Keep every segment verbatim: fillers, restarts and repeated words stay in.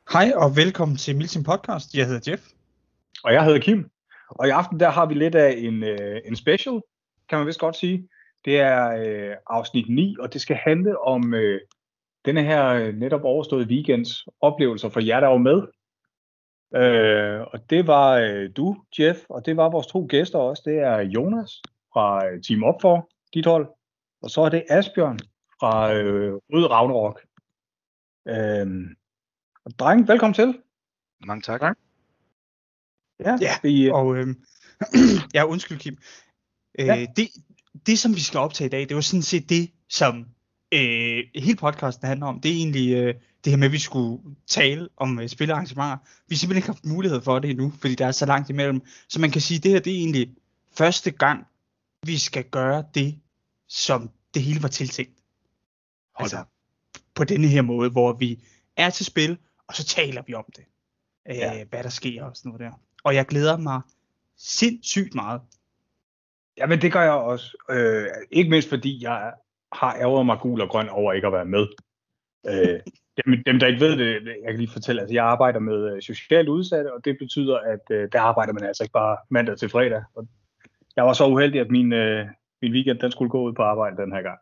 Hej og velkommen til Milsim Podcast. Jeg hedder Jeff. Og jeg hedder Kim. Og i aften der har vi lidt af en, øh, en special, kan man vist godt sige. Det er øh, afsnit ni, og det skal handle om øh, denne her øh, netop overståede weekends oplevelser for jer, der var med. Øh, og det var øh, du, Jeff, og det var vores to gæster også. Det er Jonas fra øh, Team Up for dit hold, og så er det Asbjørn fra øh, Rød Ragnarok. Øh, og dreng, velkommen til. Mange tak. tak. Ja, ja vi, og øh, ja, undskyld Kim. Øh, ja. det, det, som vi skal optage i dag, det var sådan set det, som øh, hele podcasten handler om. Det er egentlig øh, det her med, at vi skulle tale om øh, spillearrangementer. Vi har simpelthen ikke haft mulighed for det endnu, fordi der er så langt imellem. Så man kan sige, at det her det er egentlig første gang, vi skal gøre det, som det hele var tiltænkt. Hold altså på denne her måde, hvor vi er til spil, og så taler vi om det. Ja. Øh, hvad der sker og sådan noget der. Og jeg glæder mig sindssygt meget. Jamen det gør jeg også. Øh, ikke mindst fordi jeg har ærget mig gul og grøn over ikke at være med. øh, dem, dem der ikke ved det, jeg kan lige fortælle, at jeg arbejder med socialt udsatte, og det betyder, at øh, der arbejder man altså ikke bare mandag til fredag. Og jeg var så uheldig, at min, øh, min weekend den skulle gå ud på arbejde den her gang.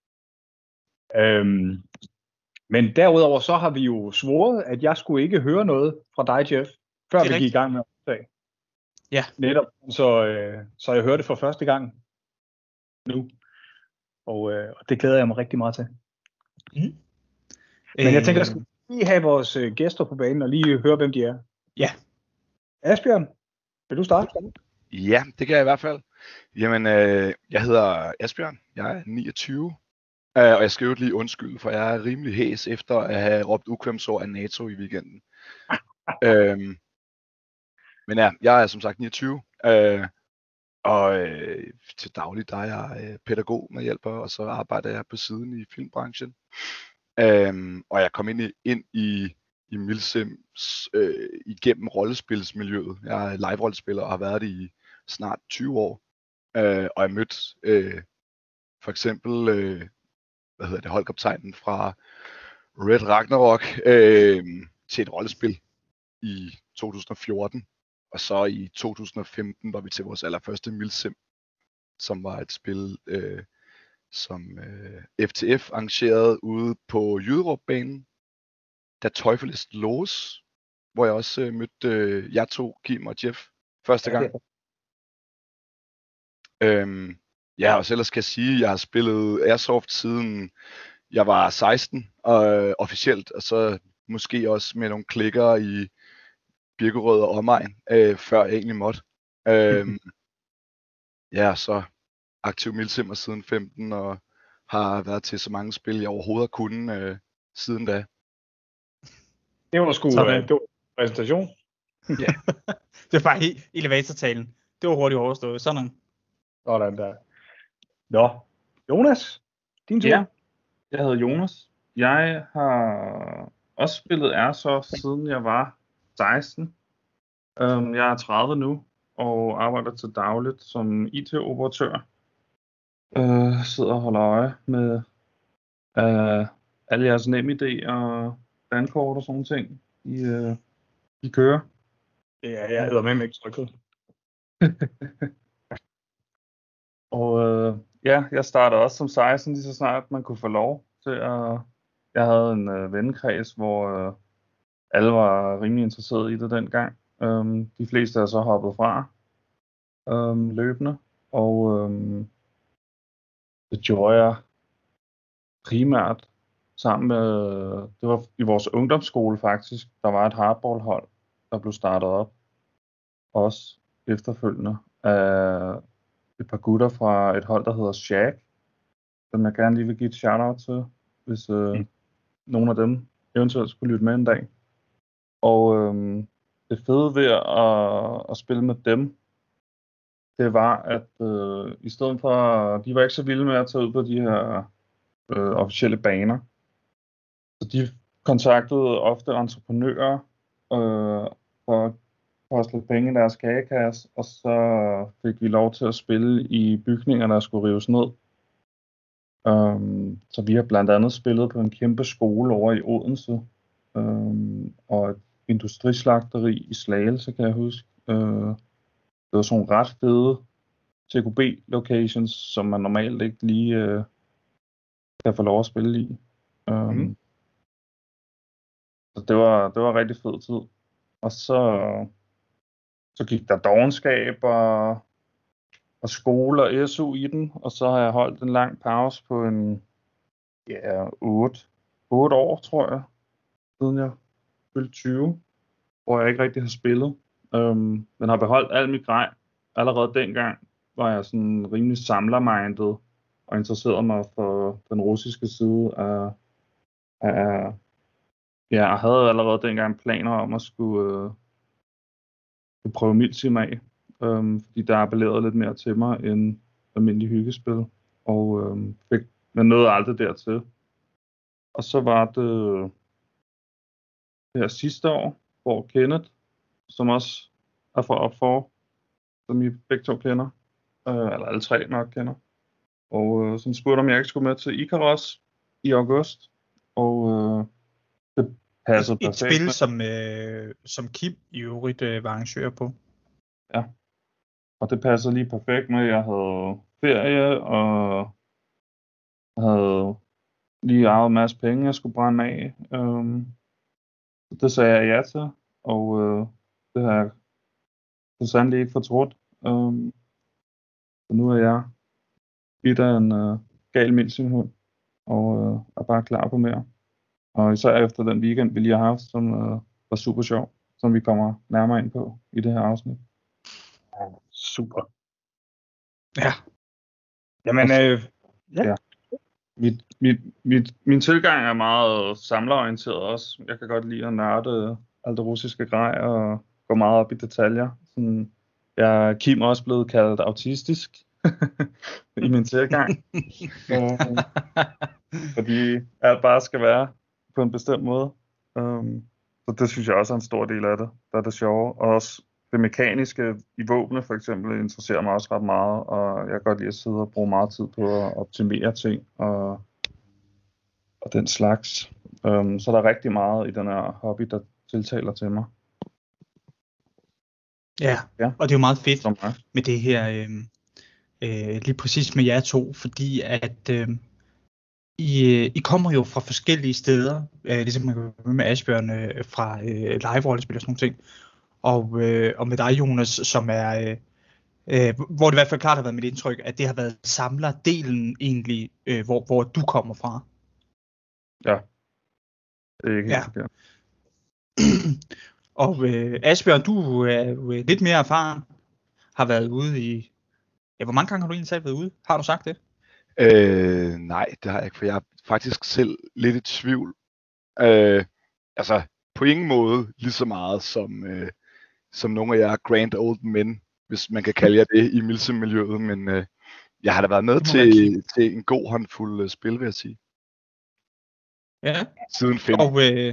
Øhm, men derudover så har vi jo svoret, at jeg skulle ikke høre noget fra dig, Jeff, før vi gik i gang med at optage. Ja. Netop, så, øh, så jeg hørte det for første gang nu, og, øh, og det glæder jeg mig rigtig meget til. Mm. Men jeg tænker, at jeg skal lige have vores øh, gæster på banen, og lige høre, hvem de er. Ja. Asbjørn, vil du starte? Ja, det kan jeg i hvert fald. Jamen, øh, jeg hedder Asbjørn, jeg er niogtyve, øh, og jeg skal jo lige undskylde, for jeg er rimelig hæs efter at have råbt ukvemsord af NATO i weekenden. øhm, Men ja, jeg er som sagt niogtyve, øh, og øh, til daglig der er jeg øh, pædagog med hjælper, og så arbejder jeg på siden i filmbranchen. Øh, og jeg kom ind i, ind i, i Milsims øh, igennem rollespilsmiljøet. Jeg er live-rollespiller og har været det i snart tyve år. Øh, og jeg mødte øh, for eksempel øh, hvad hedder det, holdkaptajnen fra Red Ragnarok øh, til et rollespil i to tusind og fjorten. Og så i to tusind og femten var vi til vores allerførste Milsim, som var et spil, øh, som øh, F T F arrangerede ude på Jyderup-banen, da Teufelist Los, hvor jeg også øh, mødte øh, jer to, Kim og Jeff, første gang. Okay. Øhm, ja, og så ellers kan jeg sige, at jeg har spillet Airsoft siden jeg var seksten, og, øh, officielt, og så måske også med nogle klikker i Birkerød og omegn, øh, før jeg egentlig måtte. Øhm, ja, så aktiv Milsimmer siden femten, og har været til så mange spil, jeg overhovedet har kunnet øh, siden da. Det var sgu øh, det var præsentation. Ja. Det var bare he- elevatortalen. Det var hurtigt overstået. Sådan. Sådan der. Nå, Jonas, din tur. Ja, jeg hedder Jonas. Jeg har også spillet Airsoft, siden jeg var seksten. Um, jeg er tredive nu, og arbejder til dagligt som I T-operatør. Uh, sidder og holder øje med uh, alle jeres NemID og dankort og sådan ting, I, uh, I kører. Ja, jeg hedder med mig ikke trykket. Og uh, ja, jeg startede også som seksten, lige så snart man kunne få lov til at... Jeg havde en uh, vennekreds, hvor uh, alle var rimelig interesserede i det dengang. Um, de fleste er så hoppet fra um, løbende, og um, det gjorde jeg primært sammen med, det var i vores ungdomsskole faktisk, der var et hardballhold, der blev startet op, også efterfølgende af et par gutter fra et hold, der hedder Shag, som jeg gerne lige vil give et shout-out til, hvis uh, mm. nogen af dem eventuelt skulle lytte med en dag. Og um, det fede ved at, at spille med dem, det var, at øh, i stedet for, de var ikke så vilde med at tage ud på de her øh, officielle baner. Så de kontaktede ofte entreprenører øh, for at poste lidt penge i deres kagekasse, og så fik vi lov til at spille i bygninger, der skulle rives ned. Um, så vi har blandt andet spillet på en kæmpe skole over i Odense, um, og et industrislagteri i Slagelse, kan jeg huske. Øh, det var sådan nogle ret fede T K B-locations, som man normalt ikke lige øh, kan få lov at spille i. Øh, Mm. Så det var, det var en rigtig fed tid. Og så, så gik der dovenskab og, og skole og S U i den, og så har jeg holdt en lang pause på en ja, otte, otte år, tror jeg, siden jeg fyldte tyve, hvor jeg ikke rigtig har spillet. Um, men har beholdt alt mit grej. Allerede dengang var jeg sådan rimelig samlermindet og interesserede mig for den russiske side af, af ja, jeg havde allerede dengang planer om at skulle øh, prøve Milsim af, øhm, fordi der appellerede lidt mere til mig end almindelig hyggespil, og øhm, fik, men nåede aldrig dertil. Og så var det det her sidste år, hvor Kenneth, som også er fra op for, som I begge to kender, øh, eller alle tre nok kender, og øh, som spurgte, om jeg ikke skulle med til Ikaros i august, og øh, det passede Et, et perfekt. spil, som, øh, som Kim i øvrigt øh, var arrangør på. Ja, og det passede lige perfekt med, at jeg havde ferie, og havde lige arvet en masse penge, jeg skulle brænde af. Um, det sagde jeg ja til, og uh, det har jeg så sandelig ikke fortrudt. Um, så nu er jeg lidt af en uh, gal Milsim-hund, og uh, er bare klar på mere. Og især efter den weekend, vi lige har haft, som uh, var super sjov, som vi kommer nærmere ind på i det her afsnit. Super. Ja. Jamen, øh, ja. ja. Mit, mit, mit, min tilgang er meget samlerorienteret også. Jeg kan godt lide at nørde alt det russiske grej og gå meget op i detaljer. Sådan, jeg Kim er også blevet kaldt autistisk i min tilgang. um, fordi alt bare skal være på en bestemt måde. Um, så det synes jeg også er en stor del af det, der er det sjove. Og også det mekaniske i våbne for eksempel interesserer mig også ret meget, og jeg kan godt lide at sidde og bruge meget tid på at optimere ting og, og den slags. Um, så der er rigtig meget i den her hobby, der tiltaler til mig. Ja, ja. Og det er jo meget fedt med det her, øh, øh, lige præcis med jer to, fordi at øh, I, I kommer jo fra forskellige steder, øh, ligesom man kan være med Asbjørn øh, fra øh, live-rollespil og sådan nogle ting. Og, øh, og med dig, Jonas, som er, øh, øh, hvor det i hvert fald klart har været mit indtryk, at det har været samlerdelen egentlig, øh, hvor, hvor du kommer fra. Ja, det er ikke helt forkert. Og øh, Asbjørn, du er jo lidt mere erfaren, har været ude i, ja, hvor mange gange har du egentlig selv været ude? Har du sagt det? Øh, nej, det har jeg ikke, for jeg er faktisk selv lidt i tvivl. Øh, altså, på ingen måde lige så meget som... Øh, som nogle af jer grand old men, hvis man kan kalde jer det i Milsim-miljøet, men øh, jeg har da været med til, til en god håndfuld uh, spil, vil jeg sige. Ja. Siden fem. Og, øh,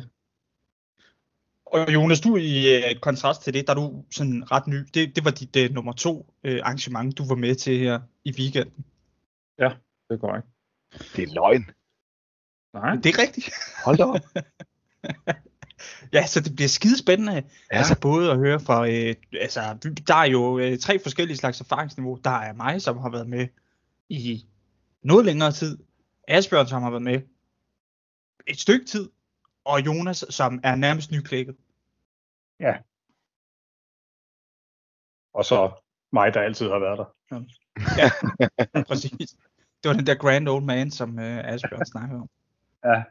og Jonas, du i øh, kontrast til det, der er du sådan ret ny. Det, det var dit øh, nummer to øh, arrangement, du var med til her i weekenden. Ja, det går ikke. Det er løgn. Nej. Det er rigtigt. Hold da op. Ja, så det bliver skide spændende, ja. Altså både at høre fra, øh, altså der er jo øh, tre forskellige slags erfaringsniveau. Der er mig, som har været med i noget længere tid, Asbjørn, som har været med et stykke tid, og Jonas, som er nærmest nyklækket. Ja. Og så mig, der altid har været der. Ja, ja. Præcis. Det var den der grand old man, som øh, Asbjørn snakkede om. Ja.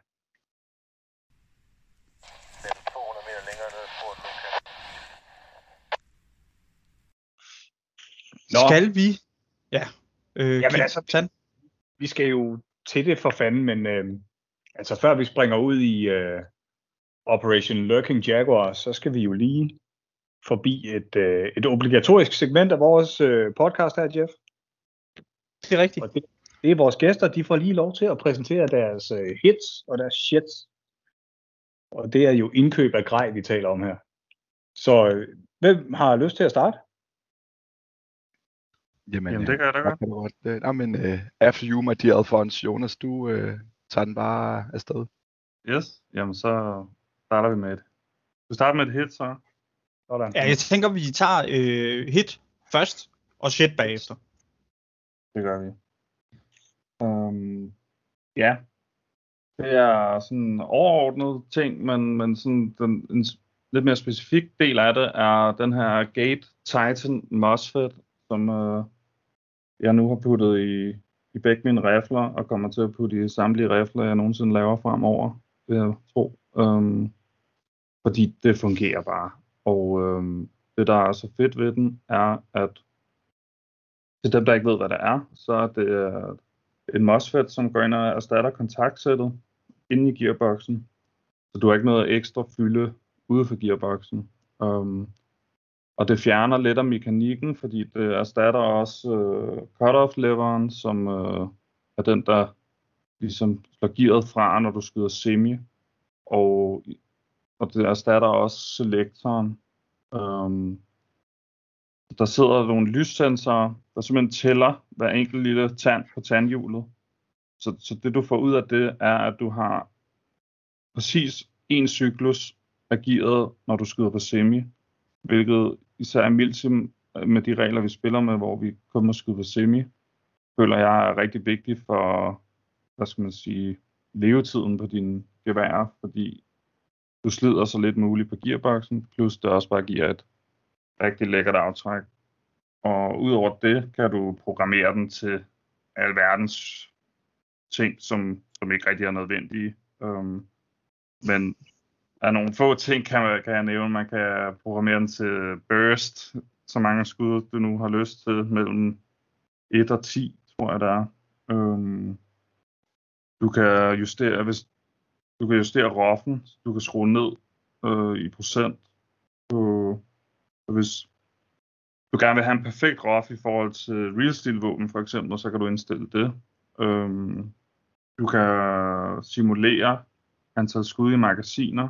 Nå. Skal vi? Ja. Øh, Jamen altså, Kim, vi skal jo til det for fanden, men øh, altså før vi springer ud i øh, Operation Lurking Jaguar, så skal vi jo lige forbi et, øh, et obligatorisk segment af vores øh, podcast her, Jeff. Det er rigtigt. Og det, det er vores gæster, de får lige lov til at præsentere deres øh, hits og deres shits. Og det er jo indkøb af grej, vi taler om her. Så øh, hvem har lyst til at starte? Jamen, Jamen det kan jeg da godt. Øh, nej, men uh, after you, my dear Alphonse. Jonas, du uh, tager den bare afsted. Yes, jamen så starter vi med et Du starter med et hit, så. Sådan. Ja, jeg tænker, vi tager øh, hit først, og shit bagefter. Det gør vi. Um, ja. Det er sådan en overordnet ting, men, men sådan den, en lidt mere specifik del af det er den her Gate Titan MOSFET, som øh, jeg nu har puttet i, i begge mine rifler, og kommer til at putte i samtlige rifler, jeg nogensinde laver fremover, vil jeg tro. Um, fordi det fungerer bare. Og um, det, der er så fedt ved den, er, at til dem, der ikke ved, hvad det er, så er det uh, en MOSFET, som går ind og erstatter kontaktsættet inde i gearboxen. Så du har ikke noget ekstra fylde ude for gearboxen. Um, og det fjerner lidt af mekanikken, fordi det erstatter også uh, cut-off-leveren, som uh, er den, der ligesom slår gearet fra, når du skyder semi. Og, og det erstatter også selektoren. Um, der sidder nogle lyssensorer, der simpelthen tæller hver enkelt lille tand på tandhjulet. Så, så det du får ud af det, er, at du har præcis en cyklus af gearet, når du skyder på semi. Hvilket især i Milsim, med de regler, vi spiller med, hvor vi kun må skyde på semi, føler jeg er rigtig vigtigt for, hvad skal man sige, levetiden på dine geværer, fordi du slider så lidt muligt på gearboxen, plus det også bare giver et rigtig lækkert aftræk. Og udover det, kan du programmere den til alverdens ting, som, som ikke rigtig er nødvendige. Um, men der er nogle få ting, kan, man, kan jeg nævne. Man kan programmere den til burst, så mange skud du nu har lyst til, mellem et og ti, tror jeg, der er. Um, du kan justere, hvis du kan justere roffen, du kan skrue ned øh, i procent. Og, og hvis du gerne vil have en perfekt roff i forhold til real steel våben for eksempel, så kan du indstille det. Um, du kan simulere antal skud i magasiner.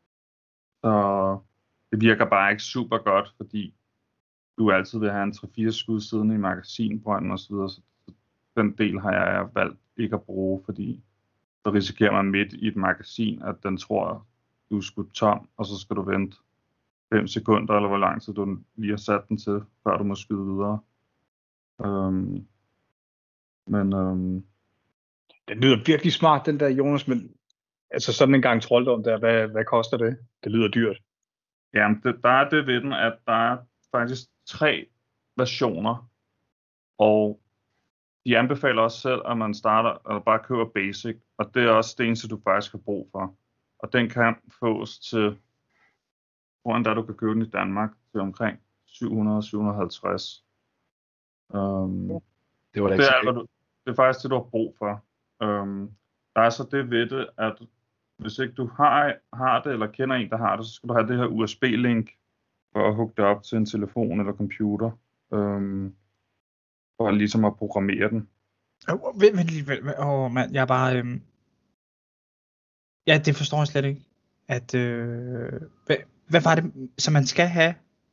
Så det virker bare ikke super godt, fordi du altid vil have en tre fire skud siddende i magasinbrønden og så videre. Så den del har jeg valgt ikke at bruge, fordi så risikerer man midt i et magasin, at den tror, du er skudt tom, og så skal du vente fem sekunder, eller hvor lang tid du lige har sat den til, før du må skyde videre. Um, men um, det lyder virkelig smart, den der, Jonas, men altså sådan en gang trolddom der, hvad, hvad koster det? Det lyder dyrt. Jamen, det, der er det ved den, at der er faktisk tre versioner, og de anbefaler også selv, at man starter eller bare køber basic, og det er også det eneste, du faktisk har brug for. Og den kan fås til, hvordan der du kan købe den i Danmark, til omkring syv hundrede til syv hundrede og halvtreds. Um, det var da ikke det, er, du, det er faktisk det, du har brug for. Um, der er så det ved det, at hvis ikke du har, har det, eller kender en, der har det, så skal du have det her U S B-link, for at hooke det op til en telefon eller computer. Um, for ligesom at programmere den. Oh, vent, vent lige, åh oh, mand, jeg er bare, øhm... ja, det forstår jeg slet ikke, at, øh... hvad, hvad var det, som man skal have?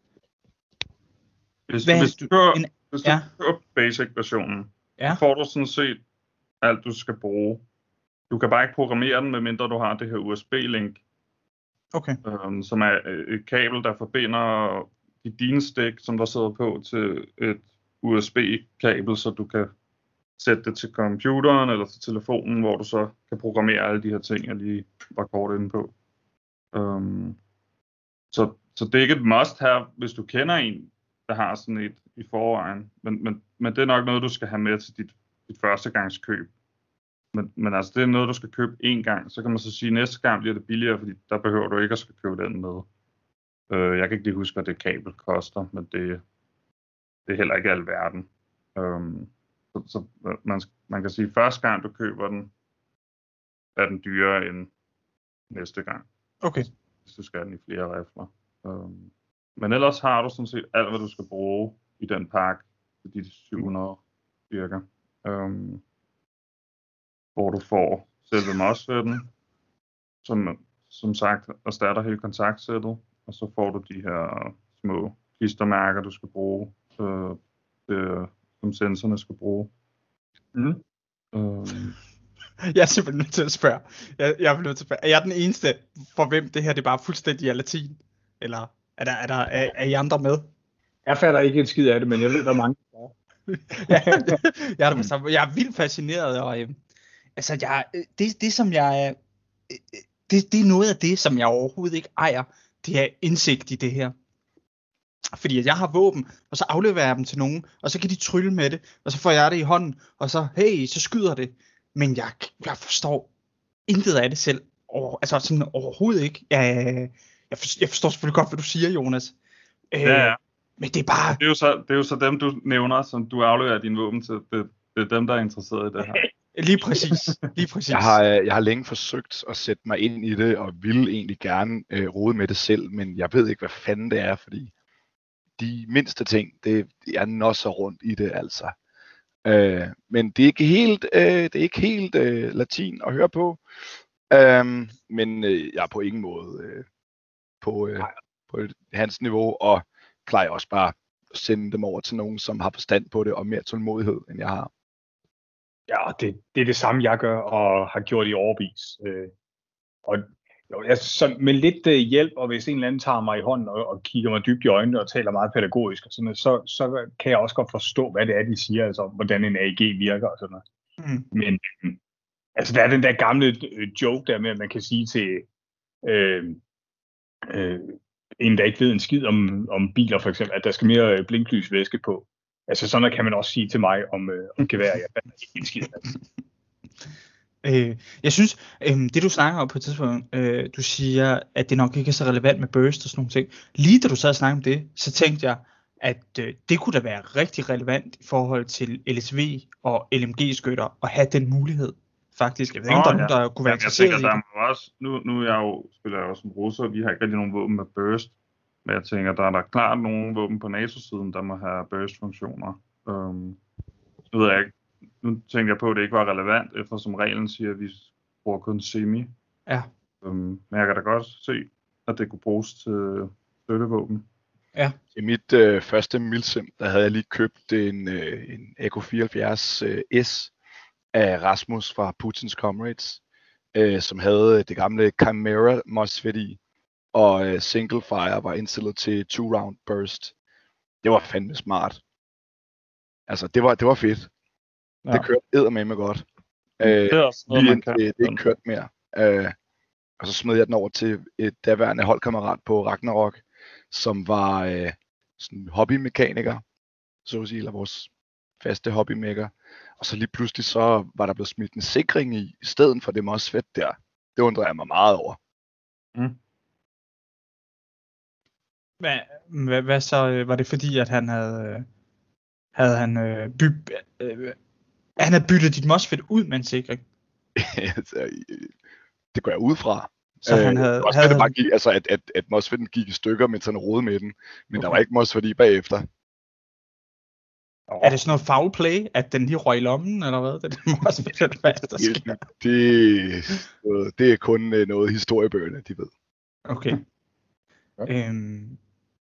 Hvis, hvad, hvis du kører, en... hvis du ja. kører basic-versionen, ja. så får du sådan set alt, du skal bruge. Du kan bare ikke programmere den, medmindre du har det her U S B-link, okay. øhm, som er et kabel, der forbinder de dine stik, som der sidder på, til et U S B-kabel, så du kan sætte det til computeren eller til telefonen, hvor du så kan programmere alle de her ting, jeg lige var kort inde på. Um, så, så det er ikke et must have, hvis du kender en, der har sådan et i forvejen. Men, men, men det er nok noget, du skal have med til dit, dit førstegangskøb. Men, men altså, det er noget, du skal købe én gang. Så kan man så sige, at næste gang bliver det billigere, fordi der behøver du ikke at skal købe den med. Uh, jeg kan ikke lige huske, hvad det kabel koster, men det, det er heller ikke alverden. Um, så så man, man kan sige, at første gang du køber den, er den dyrere end næste gang. Okay. Hvis du skal have den i flere rifler. Um, men ellers har du sådan set alt, hvad du skal bruge i den pakke, til de syv hundrede cirka. Um, hvor du får selve MOSFET'en, som, som sagt erstatter hele kontaktsættet, og så får du de her små klistermærker, du skal bruge, øh, det, som sensorerne skal bruge. Mm. Øh, Jeg er simpelthen nødt til at spørge. Jeg, jeg er nødt til at spørge. Er jeg den eneste, for hvem det her det er bare fuldstændig er latin? Eller er der, er, der, er, er I andre med? Jeg fatter ikke en skid af det, men jeg ved, der er mange. ja, jeg, er der, jeg er vildt fascineret, og øh, altså, jeg, det, det som jeg, øh, det, det er noget af det, som jeg overhovedet ikke ejer, det er indsigt i det her. Fordi at jeg har våben, og så afleverer jeg dem til nogen, og så kan de trylle med det, og så får jeg det i hånden, og så, hey, så skyder det. Men jeg, jeg forstår intet af det selv. Over, altså sådan overhovedet ikke. Jeg, jeg, forstår, jeg forstår selvfølgelig godt, hvad du siger, Jonas. Ja, ja. Øh, men det er bare... Det er, jo så, det er jo så dem, du nævner, som du afleverer dine våben til. Det, det er dem, der er interesseret i det her. Lige præcis. Lige præcis. Jeg har, jeg har længe forsøgt at sætte mig ind i det, og ville egentlig gerne øh, rode med det selv, men jeg ved ikke, hvad fanden det er, fordi de mindste ting, det er nosser rundt i det, altså. Øh, men det er ikke helt, øh, det er ikke helt øh, latin at høre på, øh, men øh, jeg er på ingen måde øh, på, øh, på hans niveau, og plejer også bare at sende dem over til nogen, som har forstand på det, og mere tålmodighed, end jeg har. Ja, det, det er det samme, jeg gør, og har gjort i årevis. Øh, og jo, jeg, så med lidt øh, hjælp, og hvis en eller anden tager mig i hånden og, og kigger mig dybt i øjnene og taler meget pædagogisk, og sådan noget, så, så kan jeg også godt forstå, hvad det er, de siger, altså hvordan en A G virker og sådan noget. Mm. Men øh, altså, der er den der gamle øh, joke der med, at man kan sige til øh, øh, en, der ikke ved en skid om, om biler for eksempel, at der skal mere øh, blinklysvæske på. Altså sådan kan man også sige til mig om, øh, om gevær. Jeg fandt ikke en skid. øh, jeg synes, øh, det du snakker om på et tidspunkt, øh, du siger, at det nok ikke er så relevant med burst og sådan nogle ting. Lige da du sad og snakkede om det, så tænkte jeg, at øh, det kunne da være rigtig relevant i forhold til L S V og L M G-skytter at have den mulighed. Faktisk. Jeg ved ikke, om der, ja. der kunne være interesseret i det. Også, nu, nu er jeg jo, spiller jeg jo som russer, vi har ikke rigtig nogen våben med burst. Men jeg tænker, der er der klart nogle våben på NATO-siden, der må have burst-funktioner. Um, nu ved jeg ikke. Nu tænker jeg på, at det ikke var relevant, eftersom reglen siger, at vi bruger kun semi. Ja. Um, men jeg kan da godt se, at det kunne bruges til støttevåben. Ja. I mit øh, første milsim, der havde jeg lige købt en, øh, en A K fireoghalvfjerds øh, S af Rasmus fra Putins Comrades, øh, som havde det gamle Chimera MOSFET i. Og uh, single fire var indstillet til two round burst. Det var fandme smart. Altså, det var, det var fedt. Ja. Det kørte eddermame godt. Uh, det er også noget, man kan. Det, det ikke kørt mere. Uh, og så smed jeg den over til et daværende holdkammerat på Ragnarok, som var uh, sådan hobbymekaniker, så at sige, eller vores faste hobbymækker. Og så lige pludselig så var der blevet smidt en sikring i, i stedet for det MOSFET der. Det undrer jeg mig meget over. Mm. Hvad, hvad, hvad så? Var det fordi, at han havde, havde han, øh, by, øh, han havde byttet dit MOSFET ud med en sikring? Det går jeg ud fra. Så han havde... Øh, også havde... det bare gik, altså at, at, at MOSFET'en gik i stykker, mens han rodede med den. Men okay. Der var ikke MOSFET i bagefter. Oh. Er det sådan noget foul play, at den lige røg i lommen, eller hvad? Det, det, MOSFET, hvad der sker? det, det er kun noget historiebøgerne, de ved. Okay. Ja. Øhm,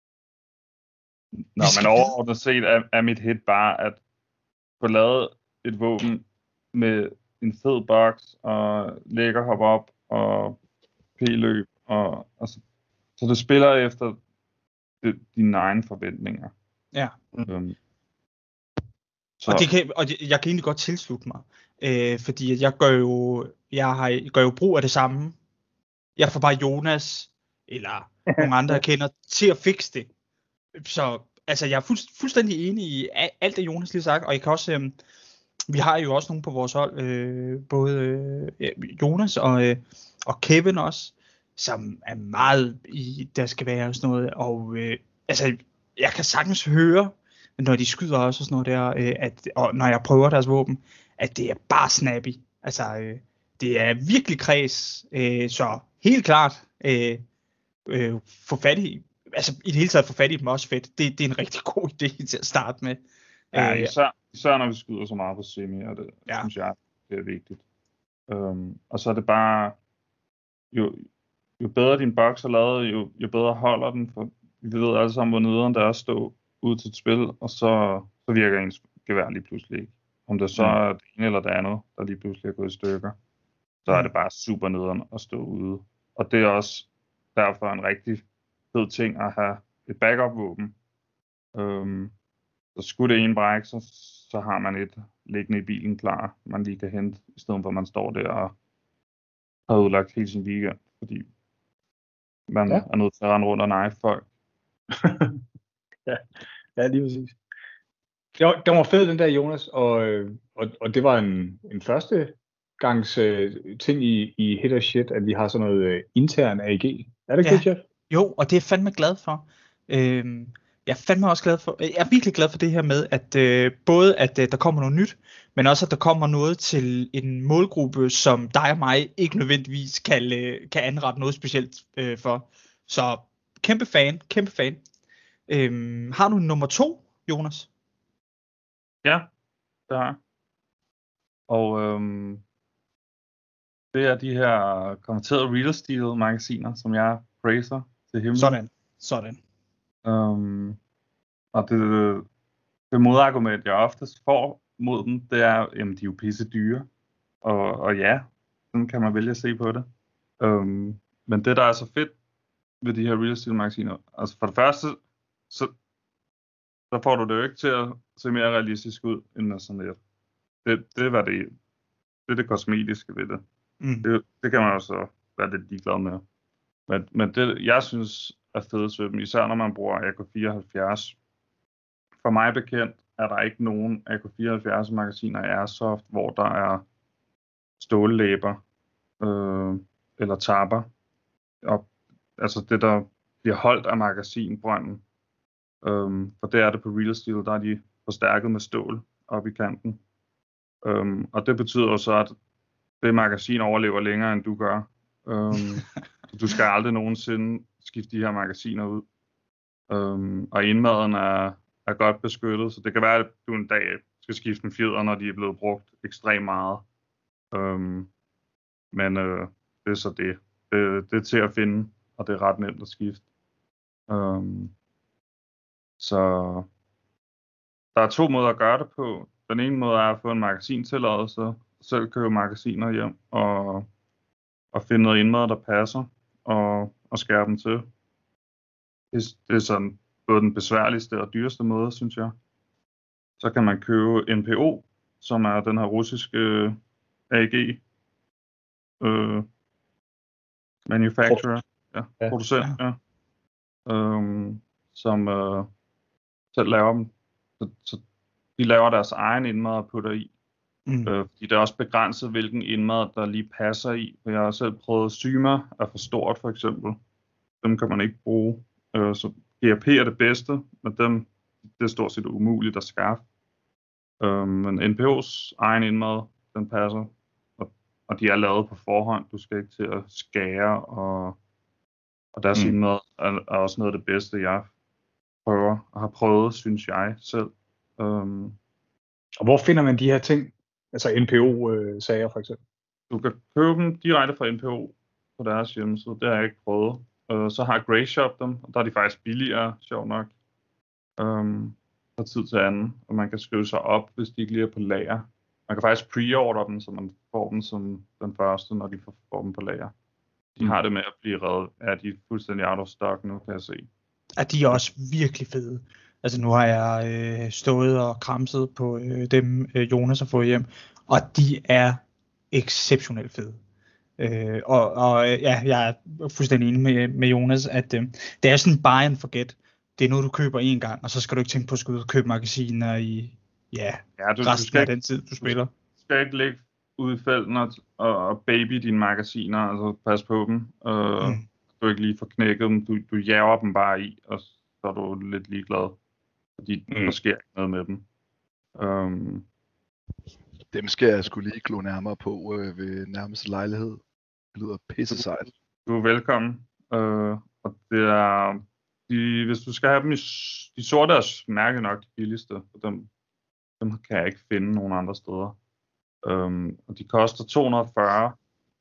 Nå, men overordnet set er, er mit hit bare at få lavet et våben med en fed boks og lækker hop op og p-løb og, og så, så det spiller efter det, dine egne forventninger. Ja. Um, og, det kan, og jeg kan egentlig godt tilslutte mig, øh, fordi jeg gør jo jeg har gør jo brug af det samme. Jeg får bare Jonas eller nogle andre jeg kender til at fikse det. Så altså jeg er fuld, fuldstændig enig i alt det Jonas lige sagt, og jeg kan også øh, vi har jo også nogen på vores hold, øh, både øh, Jonas og øh, og Kevin også, som er meget i der skal være sådan noget, og øh, altså jeg kan sagtens høre, når de skyder også og sådan noget der, øh, at og når jeg prøver deres våben, at det er bare snappy. Altså øh, det er virkelig kreds, øh, så helt klart øh, øh, få fat i, altså i det hele taget få fat i dem også fedt. Det, det er en rigtig god idé til at starte med. Ja, især, især når vi skyder så meget på semi, og det ja. synes jeg, det er vigtigt. Um, og så er det bare, jo, jo bedre din boks er lavet, jo, jo bedre holder den, for vi ved alle sammen, hvor nederen der er at stå ud til et spil, og så, så virker ens gevær lige pludselig ikke. Om det så er det ene eller det andet, der lige pludselig er gået i stykker, så er det bare super nederen at stå ude. Og det er også derfor en rigtig fed ting at have et backup-våben. Øhm, så skulle det ene brække, så, så har man et liggende i bilen klar, man lige kan hente, i stedet for at man står der og har udlagt hele sin weekend, fordi man ja. er nødt til at rende rundt og knife folk. ja. ja, lige præcis. Det var, det var fed, den der, Jonas, og, og, og det var en, en første gangs uh, ting i, i Hit or Shit, at vi har sådan noget uh, intern A G. Er det ikke ja. det, Jeff? Jo, og det er jeg fandme glad for. Øhm, jeg er fandme også glad for, jeg er virkelig glad for det her med, at øh, både at øh, der kommer noget nyt, men også at der kommer noget til en målgruppe, som dig og mig ikke nødvendigvis kan, øh, kan anrette noget specielt øh, for. Så kæmpe fan, kæmpe fan. Øhm, har du en nummer to, Jonas? Ja, det har jeg. Og øhm, det er de her konverterede Real Steel magasiner, som jeg praiser til himlen. Sådan, sådan. Um, og det, det modargument, jeg oftest får mod dem, det er, at de er jo pisse dyre. Og, og ja, sådan kan man vælge at se på det. Um, men det, der er så fedt ved de her Real Steel magasiner, altså for det første, så, så får du det jo ikke til at se mere realistisk ud, end sådan et. Det, det var det, det er det kosmetiske ved det. Mm. det. Det kan man jo så være lidt ligeglad med. Men, men det, jeg synes er fedest ved dem, især når man bruger A K fireoghalvfjerds. For mig bekendt er der ikke nogen A K fireoghalvfjerds magasiner i Airsoft, hvor der er stållæber øh, eller tapper. Og, altså det, der bliver holdt af magasinbrønden. Um, for der er det på Real Steel, der er de forstærket med stål oppe i kanten. Um, og det betyder jo så, at det magasin overlever længere, end du gør. Um, du skal aldrig nogensinde skifte de her magasiner ud. Um, og indmaden er, er godt beskyttet, så det kan være, at du en dag skal skifte en fjeder, når de er blevet brugt ekstremt meget. Um, men uh, det er så det. det. Det er til at finde, og det er ret nemt at skifte. Um, Så der er to måder at gøre det på. Den ene måde er at få en magasintilladelse, selv købe magasiner hjem og, og finde noget indmad, der passer, og, og skære dem til. Det, det er sådan både den besværligste og dyreste måde, synes jeg. Så kan man købe N P O, som er den her russiske A G øh, manufacturer, ja, ja. producent, ja. Um, som øh, selv laver dem. Så, så de laver deres egen indmad og putter i. Mm. Øh, fordi det er også begrænset, hvilken indmad, der lige passer i. For jeg har selv prøvet symer er for stort, for eksempel. Dem kan man ikke bruge. Øh, så G R P er det bedste, men dem, det er stort set umuligt at skaffe. Øh, men N P O's egen indmad, den passer. Og, og de er lavet på forhånd. Du skal ikke til at skære. Og, og deres mm. indmad er, er også noget af det bedste, jeg prøver og har prøvet, synes jeg selv. Um, og hvor finder man de her ting? Altså N P O-sager for eksempel? Du kan købe dem direkte fra N P O på deres hjemmeside. Det har jeg ikke prøvet. Uh, så har Grey Shop dem, og der er de faktisk billigere, sjovt nok. Um, fra tid til anden. Og man kan skrive sig op, hvis de ikke lige er på lager. Man kan faktisk pre-order dem, så man får dem som den første, når de får dem på lager. De har det med at blive reddet. Ja, de er fuldstændig out of stock nu, kan jeg se. Ja, de er også virkelig fede. Altså nu har jeg øh, stået og kramset på øh, dem, øh, Jonas har fået hjem, og de er exceptionelt fede. Øh, og og ja, jeg er fuldstændig enig med, med Jonas, at øh, det er sådan buy and forget. Det er noget, du køber én gang, og så skal du ikke tænke på at skulle ud og købe magasiner i ja, ja, du, resten du skal af ikke, den tid, du spiller. Du skal ikke ligge ude i felten og, og baby dine magasiner, altså pas på dem. Uh, mm. Du ikke lige får knækket dem, du, du jager dem bare i, og så er du lidt ligeglad, fordi mm. der sker ikke noget med dem. Um, dem skal jeg skulle lige glo nærmere på øh, ved nærmeste lejlighed. Det lyder pisse sejt. Du er velkommen. Uh, og det er, de, hvis du skal have dem i, de sorte er mærke nok de billigste, og dem, dem kan jeg ikke finde nogen andre steder. Um, og de koster to hundrede og fyrre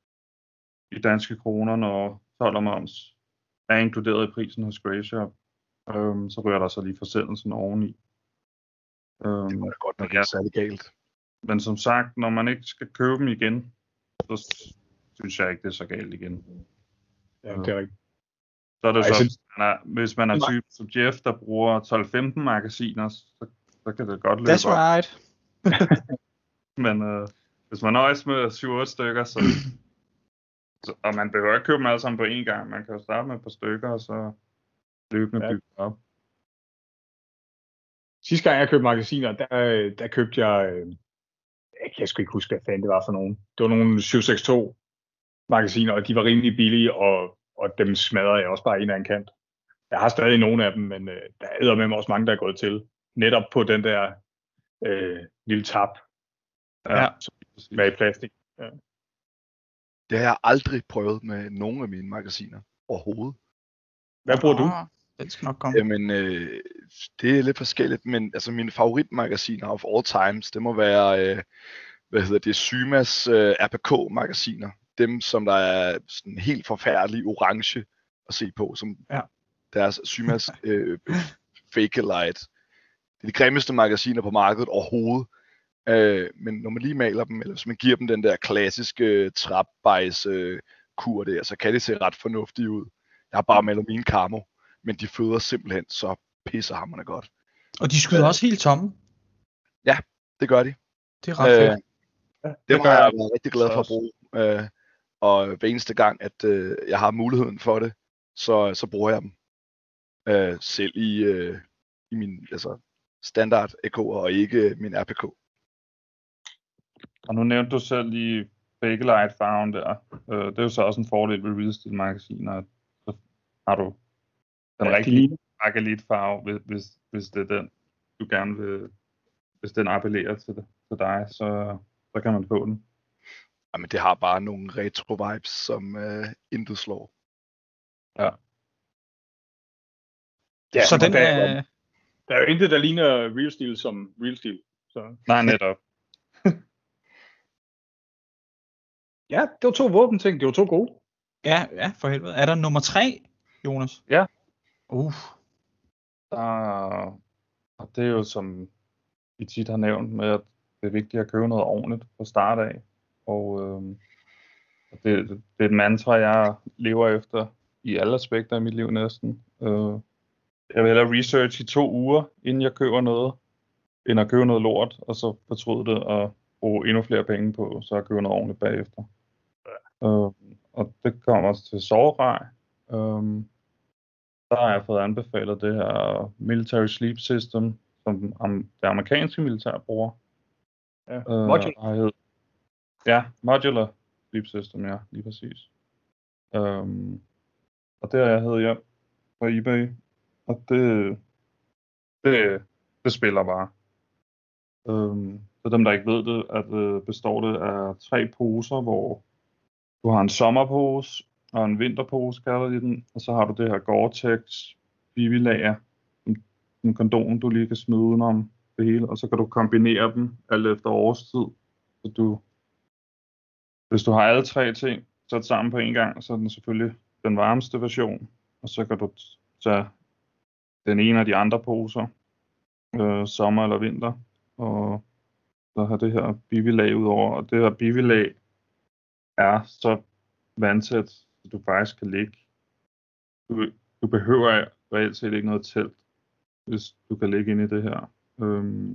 i danske kroner, når told og moms er inkluderet i prisen hos Grey Shop. Um, så rører der så lige forsendelsen oveni. Um, det var godt nok ikke særlig galt. men som sagt, når man ikke skal købe dem igen, så synes jeg ikke, det er så galt igen. Ja, det er rigtigt. Så er det så, hvis man er, hvis man er type som Jeff, der bruger tolv femten magasiner, så, så kan det godt løbe. That's right. Men øh, hvis man nøjes med syv otte stykker, så, så, og man behøver ikke købe dem alle sammen på én gang, man kan jo starte med et par stykker, og så løbende ja. bygge op. Sidste gang jeg købte magasiner, der, der købte jeg, jeg kan sgu ikke huske, hvad fanden det var for nogen. Det var nogle syv seks to magasiner, og de var rimelig billige, og, og dem smadrede jeg også bare en af en kant. Jeg har stadig nogle af dem, men øh, der er med mig også mange, der er gået til. Netop på den der øh, lille tab, ja. med i plastik. Ja. Det har jeg aldrig prøvet med nogen af mine magasiner overhovedet. Hvad bruger du? Det skal nok komme. Jamen, øh, det er lidt forskelligt, men altså mine favoritmagasiner of all times, det må være, øh, hvad hedder det, Symas øh, R P K-magasiner. Dem, som der er sådan helt forfærdelige orange at se på, som ja. deres Symas øh, Fake-Light. Det er de grimmeste magasiner på markedet overhovedet. Øh, men når man lige maler dem, eller hvis man giver dem den der klassiske trapbejs-kur der, så kan det se ret fornuftigt ud. Jeg har bare malet mine Camo, men de føder simpelthen så pissehamrende godt. Og de skyder øh, også helt tomme. Ja, det gør de. Det er ret fedt. Øh, ja, det, det har jeg været rigtig glad for at bruge. Øh, og hver eneste gang, at øh, jeg har muligheden for det, så, så bruger jeg dem. Øh, selv i, øh, i min altså, standard A K'er og ikke min R P K. Og nu nævnte du selv lige Bakelite farven der. Øh, det er jo så også en fordel ved Real Steel magasiner. Så har du den ja, rigtige Bakelite farve, hvis, hvis, hvis det er den, du gerne vil, hvis den appellerer til, det, til dig, så, så kan man få den. Jamen det har bare nogle retro vibes, som øh, intet slår. Ja. Ja, så den der, er... Der er jo intet, der ligner Real Steel som Real Steel. Så. Nej, netop. Ja, det var to våbenting. Det var to gode. Ja, ja, for helvede. Er der nummer tre, Jonas? Ja. Uh. Der, og det er jo, som I tit har nævnt, med at det er vigtigt at købe noget ordentligt fra start af. Og øh, det, det er et mantra, jeg lever efter i alle aspekter af mit liv næsten. Øh, jeg vil hellere research i to uger, inden jeg køber noget, end at købe noget lort, og så fortryde det og bruge endnu flere penge på, så at købe noget ordentligt bagefter. Ja. Øh, og det kommer også til soverej. Øh, der har jeg fået anbefalet det her Military Sleep System, som det amerikanske militær bruger. Ja, øh, modular. Hed, ja, Modular Sleep System, ja, lige præcis. Um, og det har jeg heddet hjem på eBay, og det, det, det spiller bare. Um, for dem, der ikke ved det, at det består det af tre poser, hvor du har en sommerpose og en vinterpose, kalder de den, og så har du det her Gore-Tex bivilager, en kondom, du lige kan smide udenom det hele, og så kan du kombinere dem alt efter årstid. Så du, hvis du har alle tre ting sat sammen på en gang, så er den selvfølgelig den varmeste version, og så kan du tage den ene af de andre poser, øh, sommer eller vinter, og så har det her bivilag udover, og det her bivilag er så vandtæt, at du faktisk kan ligge. Du, du behøver reelt set ikke noget telt, hvis du kan ligge inde i det her. Øhm,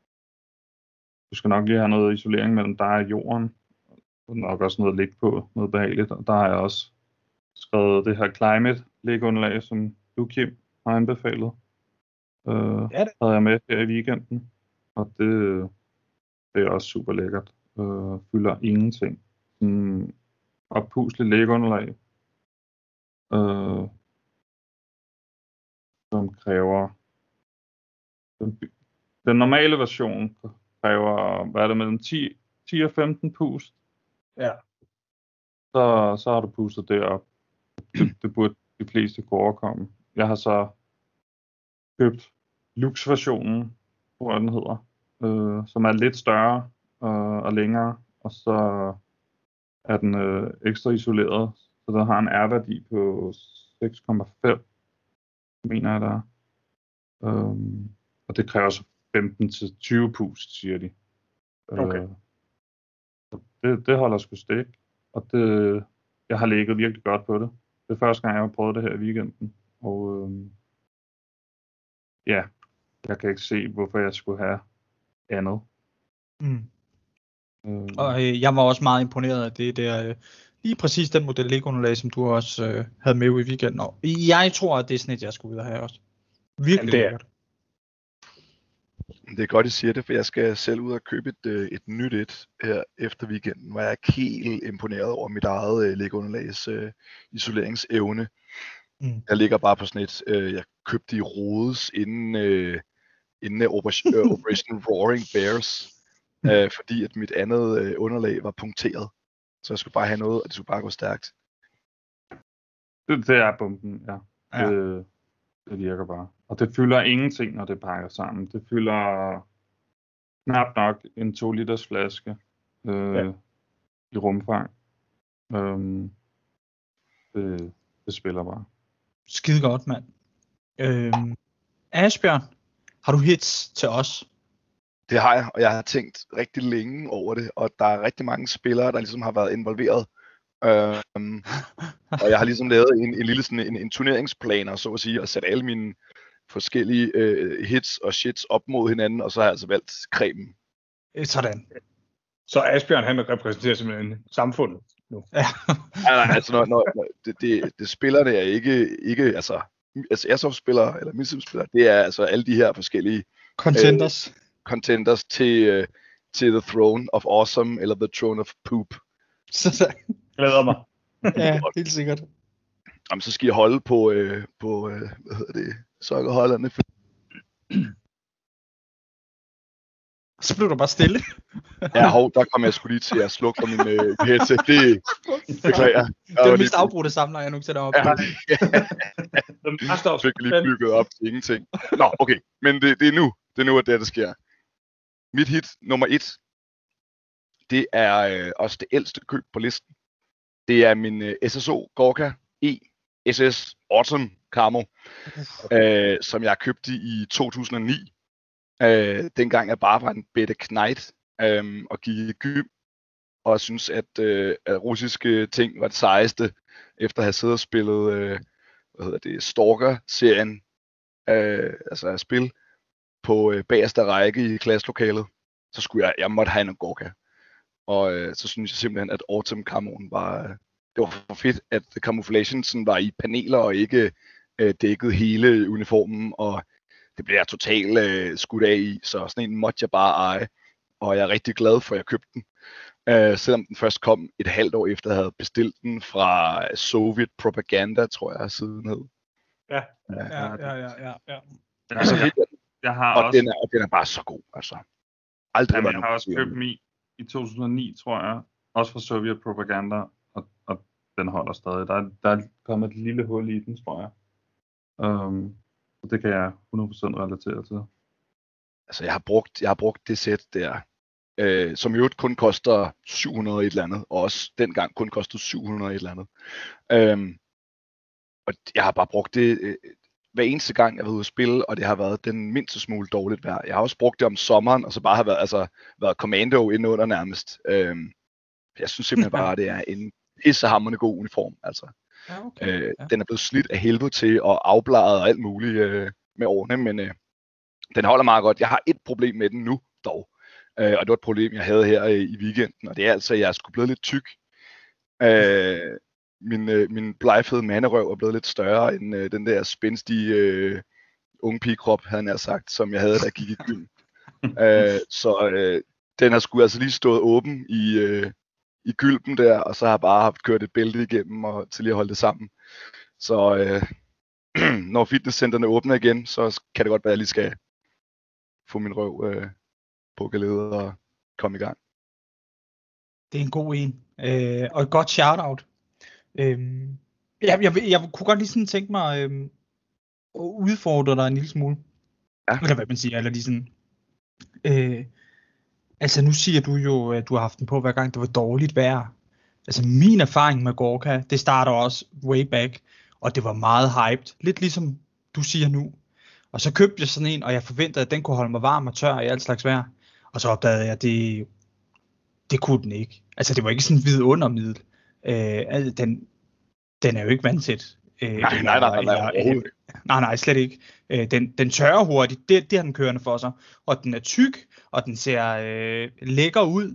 du skal nok lige have noget isolering mellem dig og jorden, og nok også noget at ligge på, noget behageligt, og der har jeg også skrevet det her climate liggeunderlag, som du, Kim, har anbefalet. Øh, ja, det havde jeg med her i weekenden, og det, det er også super lækkert. Øh, fylder ingenting. Mm, oppusligt liggeunderlag, øh, som kræver den, den normale version kræver, hvad er det, mellem ti, ti og femten pust. Ja. Så, så har du pustet det op. Det, det burde de fleste kunne overkomme. Jeg har så købt Lux-versionen, hvor den hedder, øh, som er lidt større øh, og længere, og så er den øh, ekstra isoleret, så den har en R-værdi på seks komma fem, mener jeg der. Um, og det kræver så femten til tyve pust, siger de. Okay. Øh, det, det holder sgu stik, og det, jeg har ligget virkelig godt på det. Det er første gang, jeg har prøvet det her i weekenden, og øh, ja, jeg kan ikke se, hvorfor jeg skulle have andet. Mm. Øh, Og øh, jeg var også meget imponeret af det der, øh, lige præcis den model Lego-underlag, som du også øh, havde med i weekenden. Og jeg tror, at det er sådan et, jeg skulle ud og have også. Virkelig det er- godt. Det er godt, I siger det, for jeg skal selv ud og købe et, øh, et nyt et her efter weekenden, hvor jeg er ikke helt imponeret over mit eget øh, Lego-underlags øh, isoleringsevne. Mm. Jeg ligger bare på sådan et, øh, jeg købte i Rhodes inden, øh, inden Operation, øh, Operation Roaring Bears, øh, fordi at mit andet øh, underlag var punkteret. Så jeg skulle bare have noget, og det skulle bare gå stærkt. det, det er bomben, ja. Ja. Det, det virker bare. Og det fylder ingenting, når det pakker sammen. Det fylder knap nok en to liters flaske øh, Ja. i rumfang. Øhm, det, det spiller bare. Skide godt, mand. Øhm, Asbjørn, har du hits til os? Det har jeg, og jeg har tænkt rigtig længe over det, og der er rigtig mange spillere, der ligesom har været involveret. Øhm, og jeg har ligesom lavet en, en lille sådan en, en turneringsplaner, så at sige, og sat alle mine forskellige øh, hits og shits op mod hinanden, og så har jeg altså valgt cremen. Øh, Sådan. Så Asbjørn, han repræsenterer simpelthen samfundet nu. Ja. Nej, nej, altså når, når, når det, det, det spillerne er ikke, ikke altså, altså Airsoft-spillere eller Milsim-spillere, det er altså alle de her forskellige Contenders. contenders til, øh, til The Throne of Awesome, eller The Throne of Poop. Så, Glæder mig. ja, helt sikkert. Jamen, så skal I holde på, øh, på øh, hvad hedder det, sokkerholderne. Så blev du bare stille. Ja, hov, der kom jeg sgu lige til at slukke for min øh, headset. Det beklager. Det er den mest afbrudte samler, jeg nogensinde har oplevet. Den første Jeg fik lige bygget op til ingenting. Nå, okay. Men det, det er nu. Det er nu, at det, der sker. Mit hit nummer et, det er øh, også det ældste køb på listen. Det er min øh, S S O Gorka E S S Autumn Camo, øh, som jeg købte i to tusind og ni. Øh, dengang jeg bare var en bedte knight øh, og gik i gym, og synes at, øh, at russiske ting var det sejeste, efter at have siddet og spillet øh, hvad hedder det, Stalker-serien, øh, altså at spil på øh, bagerste række i klasselokalet, så skulle jeg, jeg måtte have en Gorka. Og øh, så synes jeg simpelthen, at Autumn Camoen var, øh, det var for fedt, at camouflation sådan var i paneler og ikke øh, dækkede hele uniformen, og det blev jeg totalt øh, skudt af i, så sådan en måtte jeg bare eje, og jeg er rigtig glad for, at jeg købte den. Øh, selvom den først kom et halvt år efter, at jeg havde bestilt den fra Soviet Propaganda, tror jeg, siden hed. Ja. Ja, ja, ja, ja, ja. Altså, jeg, jeg har og, også, den er, og den er bare så god, altså. Aldrig jamen, været jeg nogen har også problem. købt min i to tusind og ni, tror jeg. Også fra Soviet Propaganda, og, og den holder stadig. Der er, der er kommet et lille hul i den, tror jeg. Um, så det kan jeg hundrede procent relatere til. Altså, jeg har brugt, jeg har brugt det sæt der, øh, som jo kun koster syv hundrede et eller andet, og også dengang kun kostede syv hundrede et eller andet. Øhm, og jeg har bare brugt det øh, hver eneste gang, jeg har været ude at spille, og det har været den mindste smule dårligt vejr. Jeg har også brugt det om sommeren, og så bare har været, altså, været commando inde under nærmest. Øhm, jeg synes simpelthen bare, at det er en pissehammerende god uniform. Altså. Ja, okay. Øh, Ja. Den er blevet slidt af helvede til, og afbladet og alt muligt øh, med årene, men øh, den holder meget godt. Jeg har et problem med den nu, dog. Øh, og det var et problem, jeg havde her øh, i weekenden, og det er altså, at jeg er sgu blevet lidt tyk. Øh, min, øh, min blegfede manderøv er blevet lidt større end øh, den der spændstige øh, unge pigekrop, havde jeg sagt, som jeg havde, da jeg gik i gym. øh, så øh, den har sgu altså lige stået åben i, øh, i gylpen der, og så har jeg bare haft kørt et bælte igennem og til lige at holde det sammen. Så øh, når fitnesscenterne åbner igen, så kan det godt være, at jeg lige skal få min røv øh, på galedet og komme i gang. Det er en god en. Øh, og et godt shout-out. Øhm, jeg, jeg, jeg kunne godt lige sådan tænke mig øhm, at udfordre dig en lille smule. Ja. Eller hvad man siger, eller lige sådan. Øh, altså nu siger du jo, at du har haft den på hver gang det var dårligt vejr. Altså min erfaring med Gorka, det starter også way back, og det var meget hyped. Lidt ligesom du siger nu. Og så købte jeg sådan en, og jeg forventede, at den kunne holde mig varm og tør i alt slags vejr. Og så opdagede jeg, at det det kunne den ikke. Altså, det var ikke sådan en vidundermiddel. Øh, altså, den, den er jo ikke vandtæt. Øh, nej, nej, nej, nej, nej, eller, nej, nej, slet ikke. Øh, den, den tørrer hurtigt, det, det har den kørende for sig. Og den er tyk, og den ser øh, lækker ud.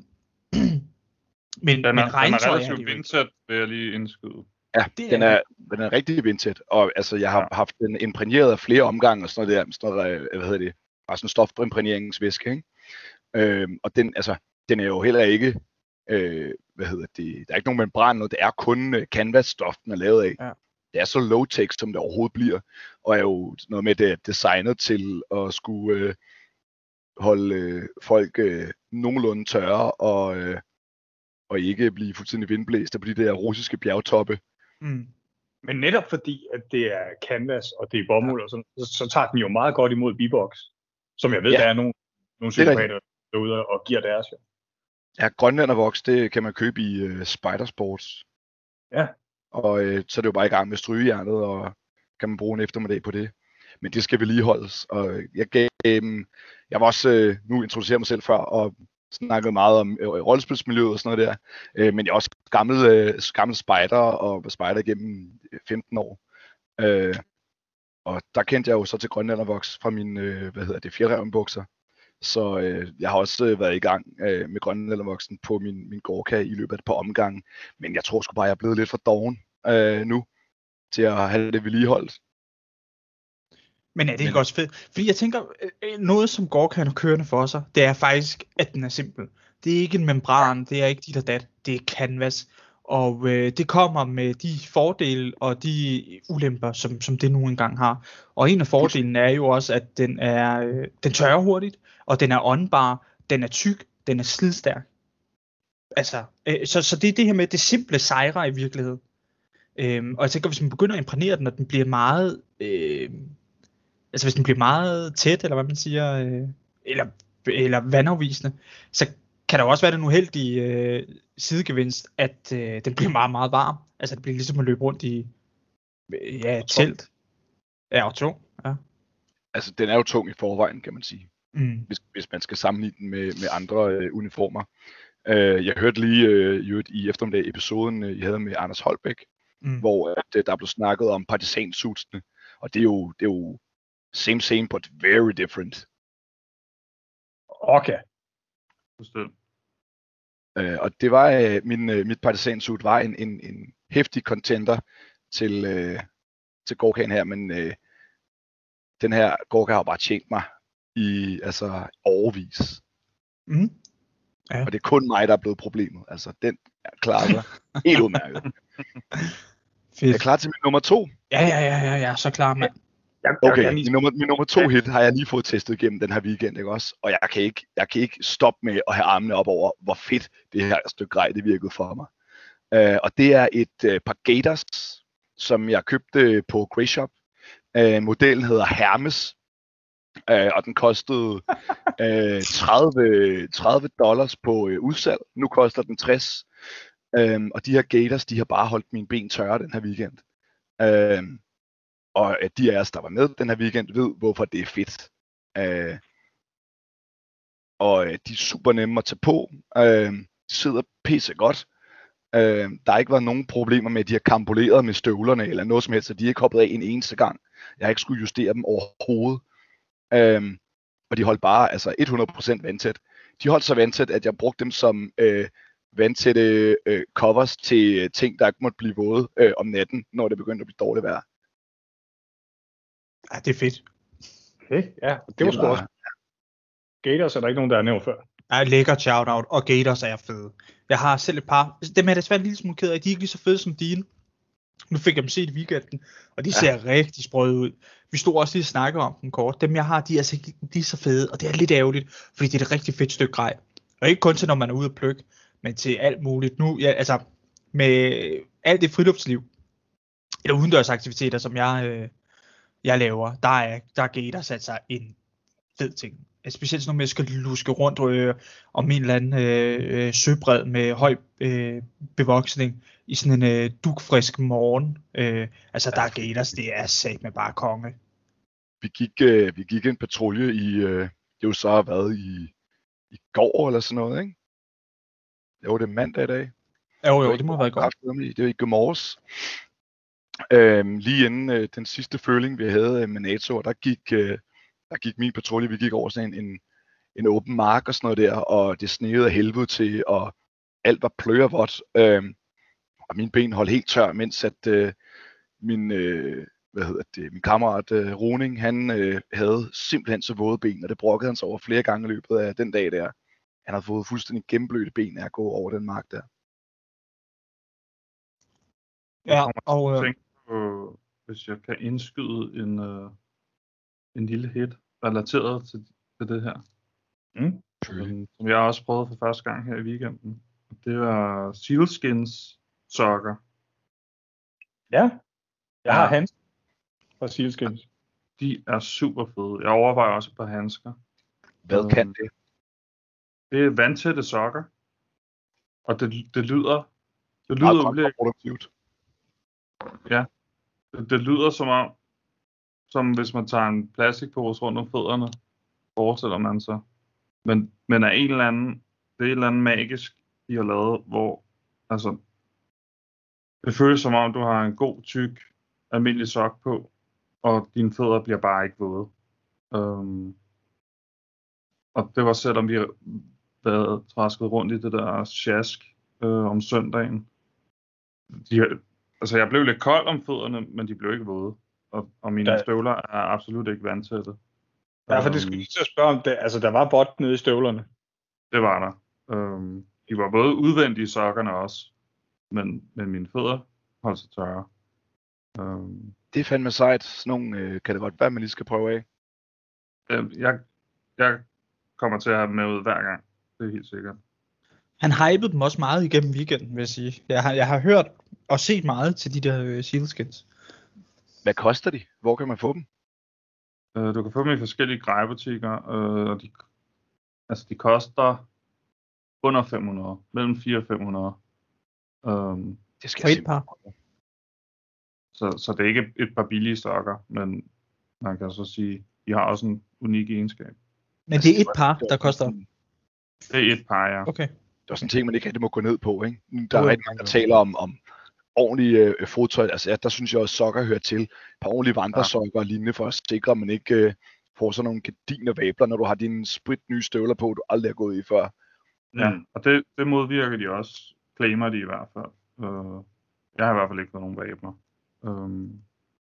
men, den er, men regntøj er relativt vindtæt, vil jeg lige indskyde. Ja, det den, er, er, den er rigtig vindtæt, og altså, jeg har ja. haft den imprægneret af flere omgange, og sådan noget der, sådan noget, hvad hedder det, bare sådan stofimprægneringsvæske, ikke? Øhm, og den, altså, den er jo heller ikke, øh, hvad hedder det, der er ikke nogen membran, noget, det er kun uh, canvas-stof, den er lavet af. Ja. Det er så low-tech, som det overhovedet bliver, og er jo noget med, det er designet til at skulle øh, holde øh, folk øh, nogenlunde tørre, og, øh, og ikke blive fuldstændig vindblæst på de der russiske bjergtoppe. Mm. Men netop fordi, at det er canvas, og det er bomuld, ja. og sådan, så, så tager den jo meget godt imod B-Box, som jeg ved, ja. der er nogle, nogle psykopater derude og giver deres. Ja, ja Grønlændervoks, det kan man købe i uh, Spidersports. Ja. Og uh, så er det jo bare i gang med strygejernet, og kan man bruge en eftermiddag på det. Men det skal vedligeholdes. Og jeg gav, um, jeg var også uh, nu introduceret mig selv før, og snakket meget om øh, rollespilsmiljøet og sådan noget der, øh, men jeg er også gammel, øh, gammel spider og var spider gennem femten år. Øh, og der kendte jeg jo så til Grønlændervoks fra mine, øh, hvad hedder det, fjerrevnbukser. Så øh, jeg har også øh, været i gang øh, med Grønlændervoksen på min, min Gorka i løbet af et par omgange, men jeg tror sgu bare, jeg er blevet lidt for doven øh, nu, til at have det vedligeholdt. Men er det ikke men... også fedt? Fordi jeg tænker, noget som Gorka er kørende for sig, det er faktisk, at den er simpel. Det er ikke en membran, det er ikke dit og dat, det er canvas. Og øh, det kommer med de fordele og de ulemper, som, som det nu engang har. Og en af fordelene er jo også, at den er øh, den tørrer hurtigt, og den er åndbar, den er tyk, den er slidstærk. Altså, øh, så, så det er det her med det simple sejre i virkeligheden. Øhm, og jeg tænker, hvis man begynder at imprægnere den, og den bliver meget... Øh, Altså hvis den bliver meget tæt, eller hvad man siger, øh, eller, eller vandafvisende, så kan der jo også være den uheldige øh, sidegevinst, at øh, den bliver meget, meget varm. Altså det bliver ligesom at løbe rundt i øh, ja, et telt. Ja, og tung. Ja. Altså den er jo tung i forvejen, kan man sige. Mm. Hvis, hvis man skal sammenligne den med, med andre øh, uniformer. Øh, jeg hørte lige øh, i eftermiddag episoden, øh, I havde med Anders Holbæk, mm. hvor at, øh, der blev snakket om partisansuitsene. Og det er jo... Det er jo Same, same, but very different. Okay. Uh, og det var, uh, min, uh, mit partisansuit var en, en, en heftig contender til, uh, til Gorkaen her, men uh, den her Gorka har bare tjent mig i altså overvis. Mm. Ja. Og det er kun mig, der er blevet problemet. Altså, den klarer sig helt udmærket. Fedt. Er jeg klar til min nummer to? Ja, ja, ja, ja, ja, så klar, mand. Okay, min nummer, min nummer to hit har jeg lige fået testet igennem den her weekend, ikke også? Og jeg kan ikke, jeg kan ikke stoppe med at have armene op over, hvor fedt det her stykke grej, det virkede for mig. Uh, og det er et uh, par Gators, som jeg købte på Grey Shop. Uh, modellen hedder Hermes, uh, og den kostede uh, tredive, tredive dollars på uh, udsalg. Nu koster den tres. Uh, og de her Gators, de har bare holdt mine ben tørre den her weekend. Uh, Og de af os, der var med den her weekend, ved, hvorfor det er fedt. Øh, og de er super nemme at tage på. Øh, de sidder pisse godt. Øh, der har ikke været nogen problemer med, at de har kampoleret med støvlerne, eller noget som helst, så de er ikke hoppet af en eneste gang. Jeg har ikke skulle justere dem overhovedet. Øh, og de holdt bare altså hundrede procent vandtæt. De holdt så vandtæt, at jeg brugte dem som øh, vandtætte øh, covers til ting, der ikke måtte blive våde øh, om natten, når det begyndte at blive dårligt vejr. Ja, det er fedt. Okay, ja, det var sgu også. Gators er der ikke nogen, der er nævnt før. Ja, lækker shout-out, og Gators er fede. Jeg har selv et par, dem er desværre en lille smule ked af, de er ikke lige så fede som dine. Nu fik jeg dem set i weekenden, og de ser ja. rigtig sprøde ud. Vi stod også lige og snakkede om dem kort. Dem jeg har, de er, altså, de er så fede, og det er lidt ærgerligt, fordi det er et rigtig fedt stykke grej. Og ikke kun til, når man er ude at plukke, men til alt muligt. Nu, ja, altså, med alt det friluftsliv, eller udendørsaktiviteter, som jeg... Øh, jeg laver, der er, der er Gators altså en fed ting. Specielt sådan noget med, at jeg skal luske rundt øh, om en eller anden øh, søbred med høj øh, bevoksning i sådan en øh, dugfrisk morgen. Øh, altså der er Gators, det er sat med bare konge. Vi gik, øh, vi gik en patrulje i, øh, det jo så har været i, i går eller sådan noget, ikke? Jo, det er mandag i dag. Jo, jo, det må være godt. Det er i går morges. Øhm, lige inden øh, den sidste føling, vi havde øh, med NATO, og der gik, øh, der gik min patrulje, vi gik over sådan en, en, en åben mark og sådan noget der, og det snede af helvede til, og alt var pløjervådt. Øhm, og mine ben holdt helt tør, mens at øh, min, øh, hvad hedder det, min kammerat øh, Roning, han øh, havde simpelthen så våde ben, og det brokkede han sig over flere gange i løbet af den dag der. Han har fået fuldstændig gennemblødte ben af at gå over den mark der. Ja, og øh... tænke på, hvis jeg kan indskyde en, øh, en lille hit relateret til, til det her. Mm. Um, som jeg også prøvede for første gang her i weekenden. Det var Sealskins sokker. Ja, jeg har ja. handsker fra Sealskins. De er super fede. Jeg overvejer også et par handsker. Hvad um, kan det? Det er vandtætte sokker. Og det, det lyder... Det lyder virkelig produktivt. Ja, det, det lyder som om, som hvis man tager en plastikpose rundt om fødderne, forestiller man sig. Men, men er en eller anden, det er et eller andet magisk, de har lavet, hvor, altså, det føles som om, du har en god, tyk, almindelig sok på, og dine fødder bliver bare ikke våde. Um, og det var selvom vi havde trasket rundt i det der sjask øh, om søndagen. De, altså jeg blev lidt kold om fødderne, men de blev ikke våde. Og, og mine der... støvler er absolut ikke vandtætte. Ja, for det skulle jeg til at spørge om det. Altså der var vådt nede i støvlerne. Det var der. Um, de var både udvendige i sokkerne også, men, men mine fødder holdt sig tørre. Um, det er fandme sejt. Sådan nogle øh, kan det godt være, man lige skal prøve af. Øh, jeg, jeg kommer til at have dem med ud hver gang. Det er helt sikkert. Han hypede dem også meget igennem weekenden, vil jeg sige. Jeg har, jeg har hørt og set meget til de der øh, Sealskins. Hvad koster de? Hvor kan man få dem? Uh, du kan få dem i forskellige grejebutikker, uh, og de, altså de koster under fem hundrede, mellem fire og fem hundrede. Um, det skal jeg et par. Så, så det er ikke et, et par billige sokker, men man kan så sige, de har også en unik egenskab. Men det er et par, der koster? Det er et par, ja. Okay. Det er også en ting, man ikke rigtig må gå ned på, ikke? Der er rigtig mange, der taler om, om ordentlige øh, fodtøj. Altså, ja, der synes jeg også, sokker hører til. Et par ordentlige vandresokker ja. og lignende, for at sikre, at man ikke øh, får sådan nogle gardiner vabler, når du har dine sprit nye støvler på, du aldrig har gået i før. Ja, mm. og det, det modvirker de også. Claimer de i hvert fald. Uh, jeg har i hvert fald ikke fået nogen vabler. Um,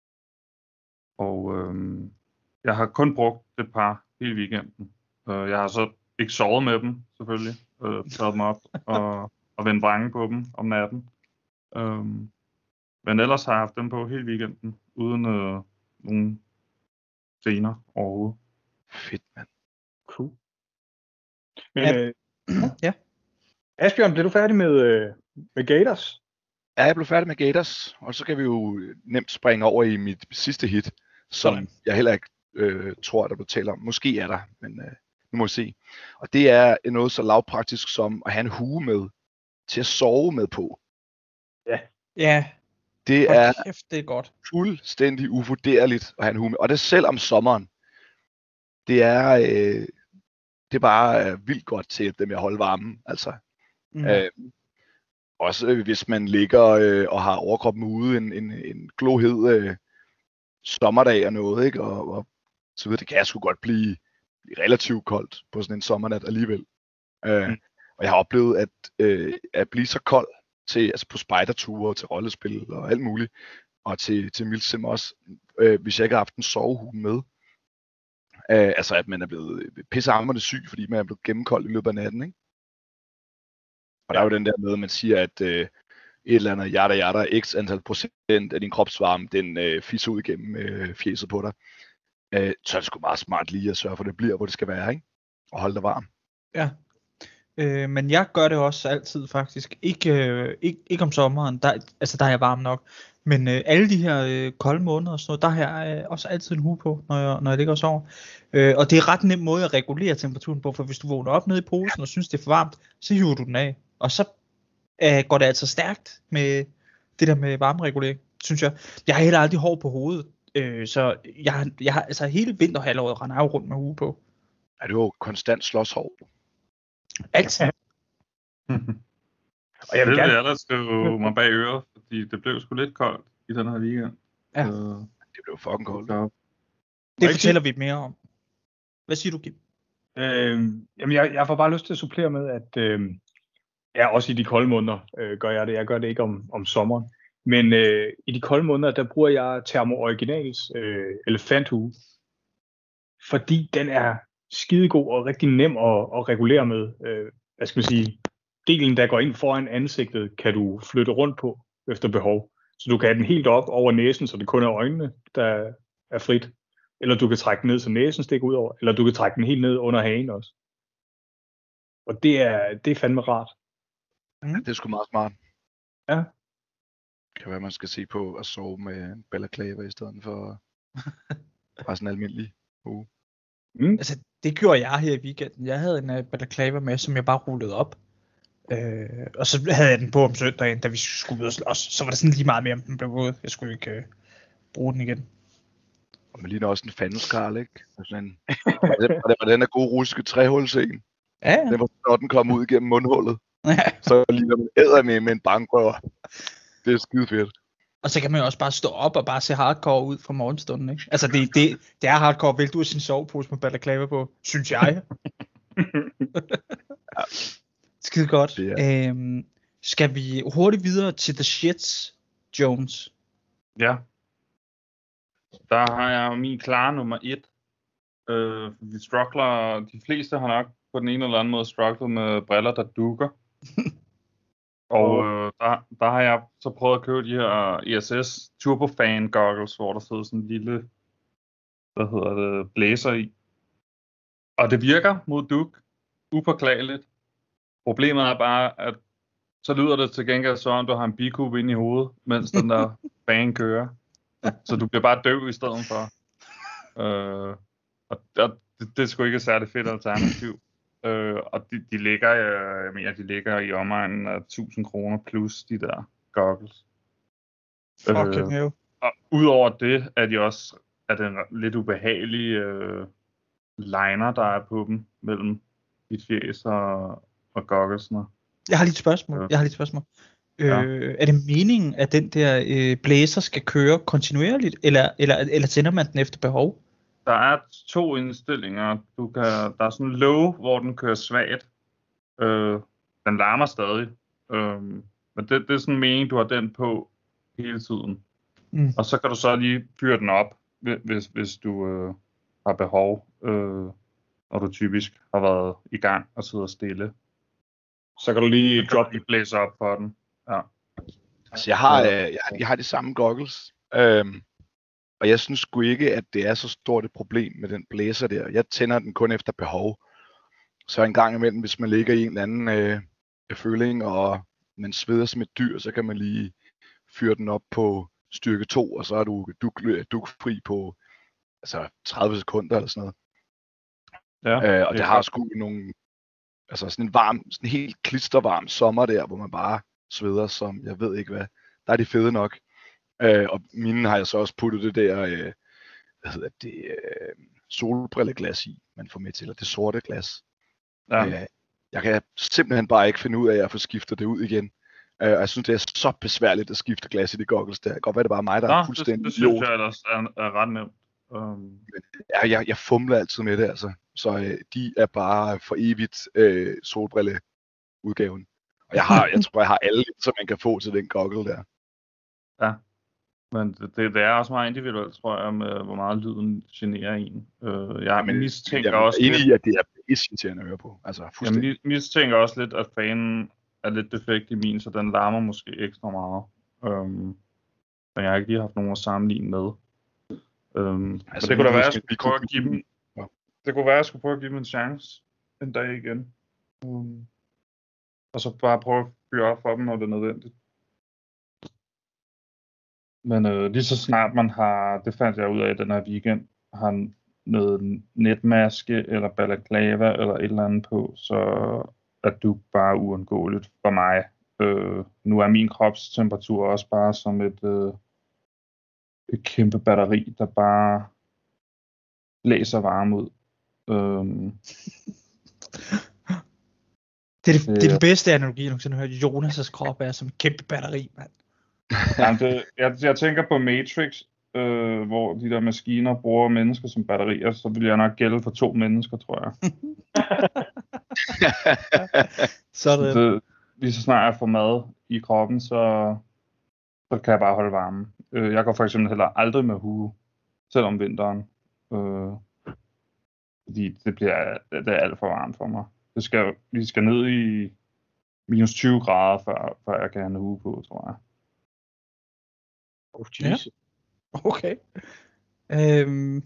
og um, jeg har kun brugt et par hele weekenden. Uh, jeg har så ikke sovet med dem, selvfølgelig. Uh, taget dem op og, og vendt vrænge på dem om natten. Um, men ellers har jeg haft dem på hele weekenden, uden uh, nogen gener overhovedet. Fedt, mand. Cool. Men, ja. Øh, ja. Asbjørn, blev du færdig med, øh, med Gators? Ja, jeg blev færdig med Gators, og så kan vi jo nemt springe over i mit sidste hit, som Sådan. jeg heller ikke øh, tror, der blev talt om. Måske er der, men øh, nu må vi se. Og det er noget så lavpraktisk som at have en hue med til at sove med på. Ja. Ja. Det er, kæft, det er godt. Fuldstændig uvurderligt at have en hue med. Og det er selv om sommeren. Det er, øh, det er bare øh, vildt godt til dem at holde varmen. Altså. Mm. Øh, også øh, hvis man ligger øh, og har overkroppen ude en, en, en glohed øh, sommerdag og noget, ikke? Og, og så videre. Det kan sgu godt blive relativt koldt på sådan en sommernat alligevel. Øh, mm. Og jeg har oplevet at, øh, at blive så kold til, altså på spejderture og til rollespil og alt muligt, og til, til Milsim også, øh, hvis jeg ikke har haft en sovehue med. Øh, altså at man er blevet pissehamrende syg, fordi man er blevet gennemkoldt i løbet af natten, ikke? Og der er jo den der med, at man siger, at øh, et eller andet hjerter hjerter, x antal procent af din kropsvarme, den øh, fisser ud igennem øh, fjeset på dig. Øh, så er det sgu meget smart lige at sørge for, at det bliver, hvor det skal være, ikke? Og holde dig varm. Ja. Øh, men jeg gør det også altid faktisk. Ikke, øh, ikke, ikke om sommeren, der, altså der er jeg varm nok. Men øh, alle de her øh, kolde måneder og sådan noget, der har jeg øh, også altid en hue på, når jeg, når jeg ligger og sover. Øh, og det er ret nem måde at regulere temperaturen på, for hvis du vågner op nede i posen og synes det er for varmt, så hiver du den af. Og så øh, går det altså stærkt med det der med varmeregulering, synes jeg. Jeg har heller aldrig hår på hovedet, øh, så jeg har, jeg har altså hele vinterhalvåret render af rundt med hue på. Er det jo konstant slåshår? Altid. Og jeg vil det gerne... vil ellers skrive mig bag øret, fordi det blev sgu lidt koldt i den her weekend. Ja. Øh, Det blev fucking koldt. så, Det fortæller vi mere om. Hvad siger du, Kim? Øh, jamen, jeg, jeg får bare lyst til at supplere med, at øh, ja, også i de kolde måneder øh, gør jeg det. Jeg gør det ikke om, om sommeren. Men øh, i de kolde måneder, der bruger jeg Thermo Originals øh, elefanthue. Fordi den er skidegod og rigtig nem at, at regulere med. Øh, hvad skal man sige? Delen, der går ind foran ansigtet, kan du flytte rundt på efter behov. Så du kan have den helt op over næsen, så det kun er øjnene, der er frit. Eller du kan trække den ned, så næsen stikker ud over. Eller du kan trække den helt ned under hagen også. Og det er, det er fandme rart. Mm. Ja, det er sgu meget smart. Ja. Det kan være, man skal se på at sove med en balaclava i stedet for bare sådan en almindelig uge. Mm. Altså, det gjorde jeg her i weekenden. Jeg havde en uh, balaclava med, som jeg bare rullede op. Øh, og så havde jeg den på om søndagen, da vi skulle ud og slås. Så var det sådan lige meget mere, om den blev våd. Jeg skulle ikke uh, bruge den igen. Og man ligner også en fandeskarl, ikke? Sådan en, og det var den der gode russiske trehulsen. Ja, ja. Den var, når den kom ud gennem mundhullet. Så ligner man æder med med en bankrøver. Det er skide fedt. Og så kan man jo også bare stå op og bare se hardcore ud fra morgenstunden, ikke? Altså, det, det, det er hardcore. Vælte ud af sin sovepose med balaclava på, synes jeg. Ja. Skide godt. Øhm, skal vi hurtigt videre til The Shits, Jones? Ja. Der har jeg min klare nummer et. Øh, vi struggler, de fleste har nok på den ene eller anden måde strugglet med briller, der dukker. Og øh, der, der har jeg så prøvet at købe de her E S S Turbofan goggles, hvor der sidder sådan en lille, hvad hedder det, blæser i. Og det virker mod duk, upåklageligt. Problemet er bare, at så lyder det til gengæld så, om du har en bikub inde i hovedet, mens den der fan kører. Så du bliver bare døv i stedet for. Øh, og og det, det er sgu ikke et særligt fedt alternativ. Øh, og de, de ligger, jeg mener, de ligger i omegnen af tusind kroner plus de der goggles. Fucking hell. Og udover det er de også er den lidt ubehagelige øh, liner, der er på dem mellem dit fjes og, og gogglesene. Jeg har lige et spørgsmål. Ja. Jeg har lige et spørgsmål. Ja. Øh, er det meningen, at den der øh, blæser skal køre kontinuerligt, eller, eller, eller sender man den efter behov? Der er to indstillinger. Du kan, der er sådan en low, hvor den kører svagt. Øh, den larmer stadig. Øh, men det, det er sådan en mening, du har den på hele tiden. Mm. Og så kan du så lige fyre den op, hvis, hvis du øh, har behov, øh, og du typisk har været i gang og sidder stille. Så kan du lige droppe lige blæse op for den. Ja. Altså, jeg har, øh, jeg, jeg har de samme goggles. Øhm. Og jeg synes sgu ikke, at det er så stort et problem med den blæser der. Jeg tænder den kun efter behov. Så en gang imellem, hvis man ligger i en eller anden øh, føling, og man sveder som et dyr, så kan man lige fyre den op på styrke to, og så er du duk, dukfri på altså tredive sekunder eller sådan noget. Ja, øh, og det har sgu nogle, altså sådan en varm, sådan en helt klistervarm sommer der, hvor man bare sveder som, jeg ved ikke hvad. Der er de fede nok. Øh, og mine har jeg så også puttet det der, øh, hvad hedder det, øh, solbrilleglas i, man får med til, eller det sorte glas. Ja. Øh, jeg kan simpelthen bare ikke finde ud af at få skiftet det ud igen. Øh, og jeg synes, det er så besværligt at skifte glas i de goggles der. Det kan godt være, det er bare mig, der Nå, er fuldstændig det, det synes jeg ellers er, er ret nemt. Um... Ja, jeg, jeg fumler altid med det, altså. Så øh, de er bare for evigt øh, solbrilleudgaven. Og jeg har, jeg tror, jeg har alle, som man kan få til den goggle der. Ja. Men det, det er også meget individuelt, tror jeg, med hvor meget lyden generer en. Øh, jeg men, mistænker jeg også lidt... Jeg er enig lidt... i, at det er irriterende at høre på. Altså, fuldstændig. Jeg mistænker også lidt, at fanen er lidt defekt i min, så den larmer måske ekstra meget. Øhm, men jeg har ikke lige haft nogen at sammenligne med. Øhm, altså, det kunne da være, at jeg skulle prøve at give dem... Ja. Det kunne være, at jeg skulle prøve at give dem en chance en dag igen. Um, og så bare prøve at fyre op for dem, når det er nødvendigt. Men øh, lige så snart man har, det fandt jeg ud af den her weekend, har noget netmaske eller balaclava eller et eller andet på, så er du bare uundgåeligt for mig. Øh, nu er min kropstemperatur også bare som et, øh, et kæmpe batteri, der bare blæser varme ud. Øh, Det er, det, det er den bedste analogi, jeg nogensinde har hørt. Jonas' krop er som et kæmpe batteri, mand. Jamen, det, jeg, jeg tænker på Matrix, øh, hvor de der maskiner bruger mennesker som batterier, så vil jeg nok gælde for to mennesker, tror jeg. Sådan. Så det, lige så snart jeg får mad i kroppen, så, så kan jeg bare holde varmen. Øh, jeg går for eksempel heller aldrig med hue, selv om vinteren. Øh, fordi det bliver det er alt for varmt for mig. Det skal, vi skal ned i minus tyve grader, før, før jeg kan have en hue på, tror jeg. Oh, ja. Okay. Øhm.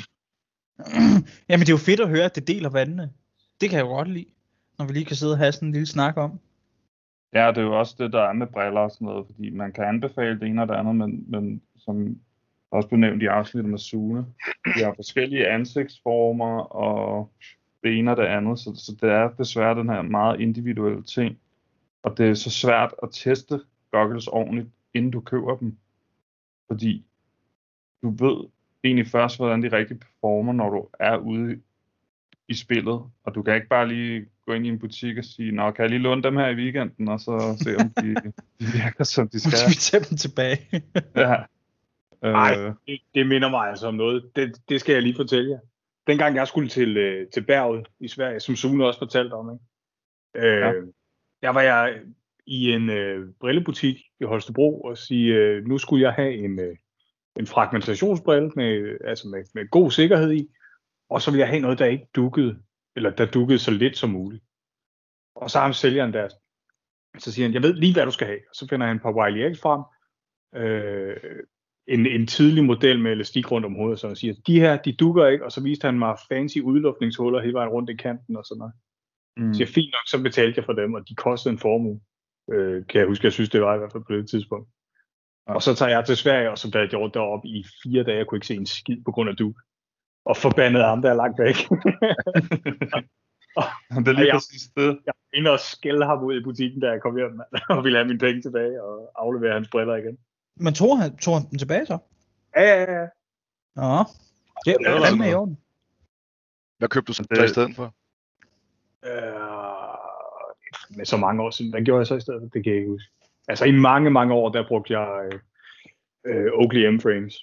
Jamen det er jo fedt at høre, at det deler vandene. Det kan jeg jo godt lide, når vi lige kan sidde og have sådan en lille snak om. Ja, det er jo også det, der er med briller og sådan noget, fordi man kan anbefale det ene og det andet, men, men som også blev nævnt i afsnittet med Sune, de har forskellige ansigtsformer og det ene og det andet, så, så det er desværre den her meget individuelle ting, og det er så svært at teste goggles ordentligt, inden du køber dem, fordi du ved egentlig først, hvordan de rigtig performer, når du er ude i spillet, og du kan ikke bare lige gå ind i en butik og sige, nå, kan jeg lige låne dem her i weekenden, og så se, om de, de virker, som de skal. Måske vi tage dem tilbage. Ja. Nej, øh... det, det minder mig altså om noget. Det, det skal jeg lige fortælle jer. Dengang jeg skulle til, øh, til Berget i Sverige, som Sune også fortalte om, ikke? Øh, ja. Der var jeg i en øh, brillebutik i Holstebro og sige, øh, nu skulle jeg have en, øh, en fragmentationsbrille med, altså med, med god sikkerhed i, og så ville jeg have noget, der ikke dukkede, eller der dukkede så lidt som muligt. Og så har han sælgeren der, så siger han, jeg ved lige, hvad du skal have. Og så finder han et par Wiley X frem, øh, en, en tidlig model med elastik rundt om hovedet, så han siger, de her, de dukker ikke, og så viste han mig fancy udluftningshuller hele vejen rundt i kanten og sådan noget. Mm. Så jeg, fint nok, så betalte jeg for dem, og de kostede en formue. Øh, kan jeg huske, jeg synes, det var i hvert fald på det tidspunkt. Ja. Og så tager jeg til Sverige, og så badede jeg rundt deroppe i fire dage, jeg kunne ikke se en skid på grund af duk. Og forbandede ham, der er langt væk. og, det er lige jeg, præcis det. Jeg var inde og skælde ham ud i butikken, da jeg kom hjem, og ville have mine penge tilbage, og aflevere hans briller igen. Men tog han, tog han den tilbage så? Ja, ja, ja. Nå, det er jo med i orden. Hvad købte du så det... i stedet for? Øh, med så mange år siden. Hvad gjorde jeg så i stedet for? Det kan jeg ikke huske. Altså i mange, mange år, der brugte jeg øh, Oakley M-frames.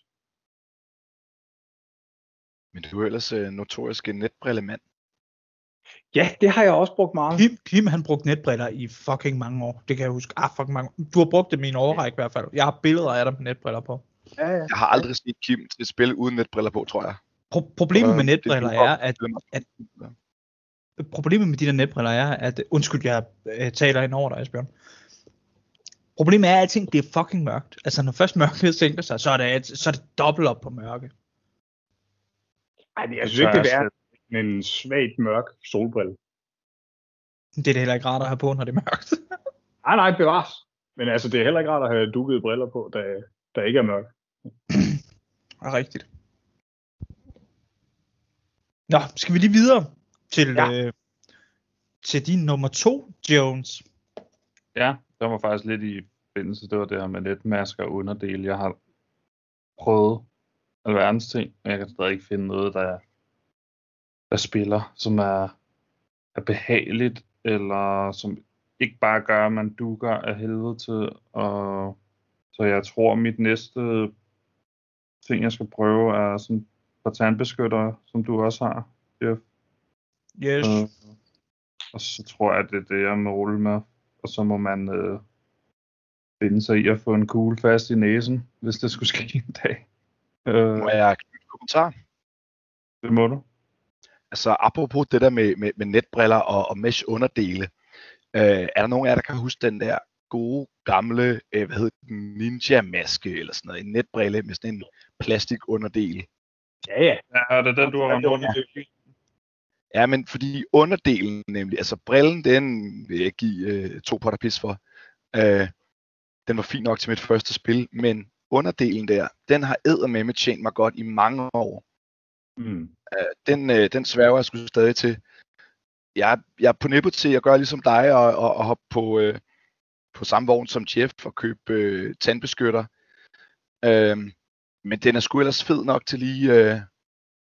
Men du er ellers øh, notorisk en netbrillemand. Ja, det har jeg også brugt meget. Kim, Kim han brugte netbriller i fucking mange år. Det kan jeg huske. Ah, fucking mange år. Du har brugt det i en årrække i hvert fald. Jeg har billeder af dig med netbriller på. Ja, ja. Jeg har aldrig set Kim til et spil uden netbriller på, tror jeg. Pro- problemet med netbriller er, at, at problemet med de der netbriller er, at undskyld, jeg uh, taler ind over dig, Asbjørn. Problemet er, at alting det er fucking mørkt. Altså når først mørket sænker sig, så er det, så er det dobbelt op på mørke. Ej, jeg synes ikke, det er en svagt mørk solbrille. Det er det heller ikke rart at have på, når det er mørkt. Nej, nej, bevares. Men altså, det er heller ikke rart at have dukkede briller på, der, der ikke er mørkt. Det er rigtigt. Nå, skal vi lige videre til, ja. øh, til din nummer to, Jones? Ja, der var faktisk lidt i forbindelse, det var det her med netmasker og underdele. Jeg har prøvet alverdens ting, men jeg kan stadig ikke finde noget, der, der spiller, som er, er behageligt, eller som ikke bare gør, at man dukker af helvede til. Og, så jeg tror, mit næste ting, jeg skal prøve, er sådan et par tandbeskyttere, som du også har, Jeff. Yes. Øh, og så tror jeg, at det er det, jeg må rulle med. Og så må man øh, finde sig i at få en kugle fast i næsen, hvis det skulle ske en dag. Øh, må jeg knytte en kommentar? Det må du. Altså apropos det der med, med, med netbriller og, og mesh underdele. Øh, er der nogen af jer, der kan huske den der gode, gamle, øh, hvad hedder den, ninja-maske eller sådan noget, en netbrille med sådan en plastik underdel? Ja, ja. Ja, det er den, du har ramt rundt i. Ja, men fordi underdelen nemlig, altså brillen, den vil jeg give øh, to potter pis for. Øh, den var fin nok til mit første spil, men underdelen der, den har eddermame tjent mig godt i mange år. Mm. Øh, den, øh, den sværger jeg sgu stadig til. Jeg, jeg er på nippet til at gøre ligesom dig og, og, og hoppe på, øh, på samme vogn som Jeff og købe øh, tandbeskytter. Øh, men den er sgu ellers fed nok til lige, øh,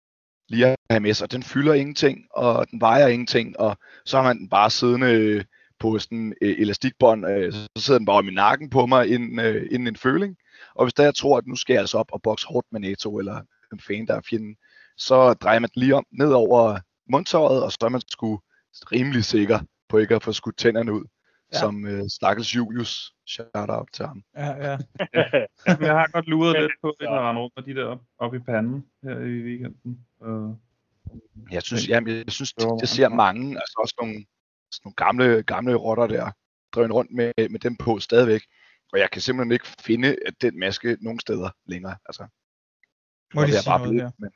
lige at have med sig. Den fylder ingenting, og den vejer ingenting, og så har man den bare siddende på sådan øh, elastikbånd, øh, så sidder den bare i nakken på mig inden, øh, inden en føling. Og hvis der jeg tror, at nu skal jeg altså op og bokse hårdt med NATO, eller en fan, der er fjenden, så drejer man den lige om ned over mundtøjet, og så er man sgu rimelig sikker på ikke at få skudt tænderne ud. Ja. Som øh, stakkels Julius. Shout out til ham. Ja, ja. Jeg har godt luret lidt på, at der er nogen af de der op i panden her i weekenden. Uh, jeg synes, jeg, jeg synes, jeg ser mange, altså også nogle, nogle gamle, gamle rotter der, drøn rundt med, med dem på stadigvæk. Og jeg kan simpelthen ikke finde den maske nogen steder længere. Altså, må jeg sige noget blevet, her? Men,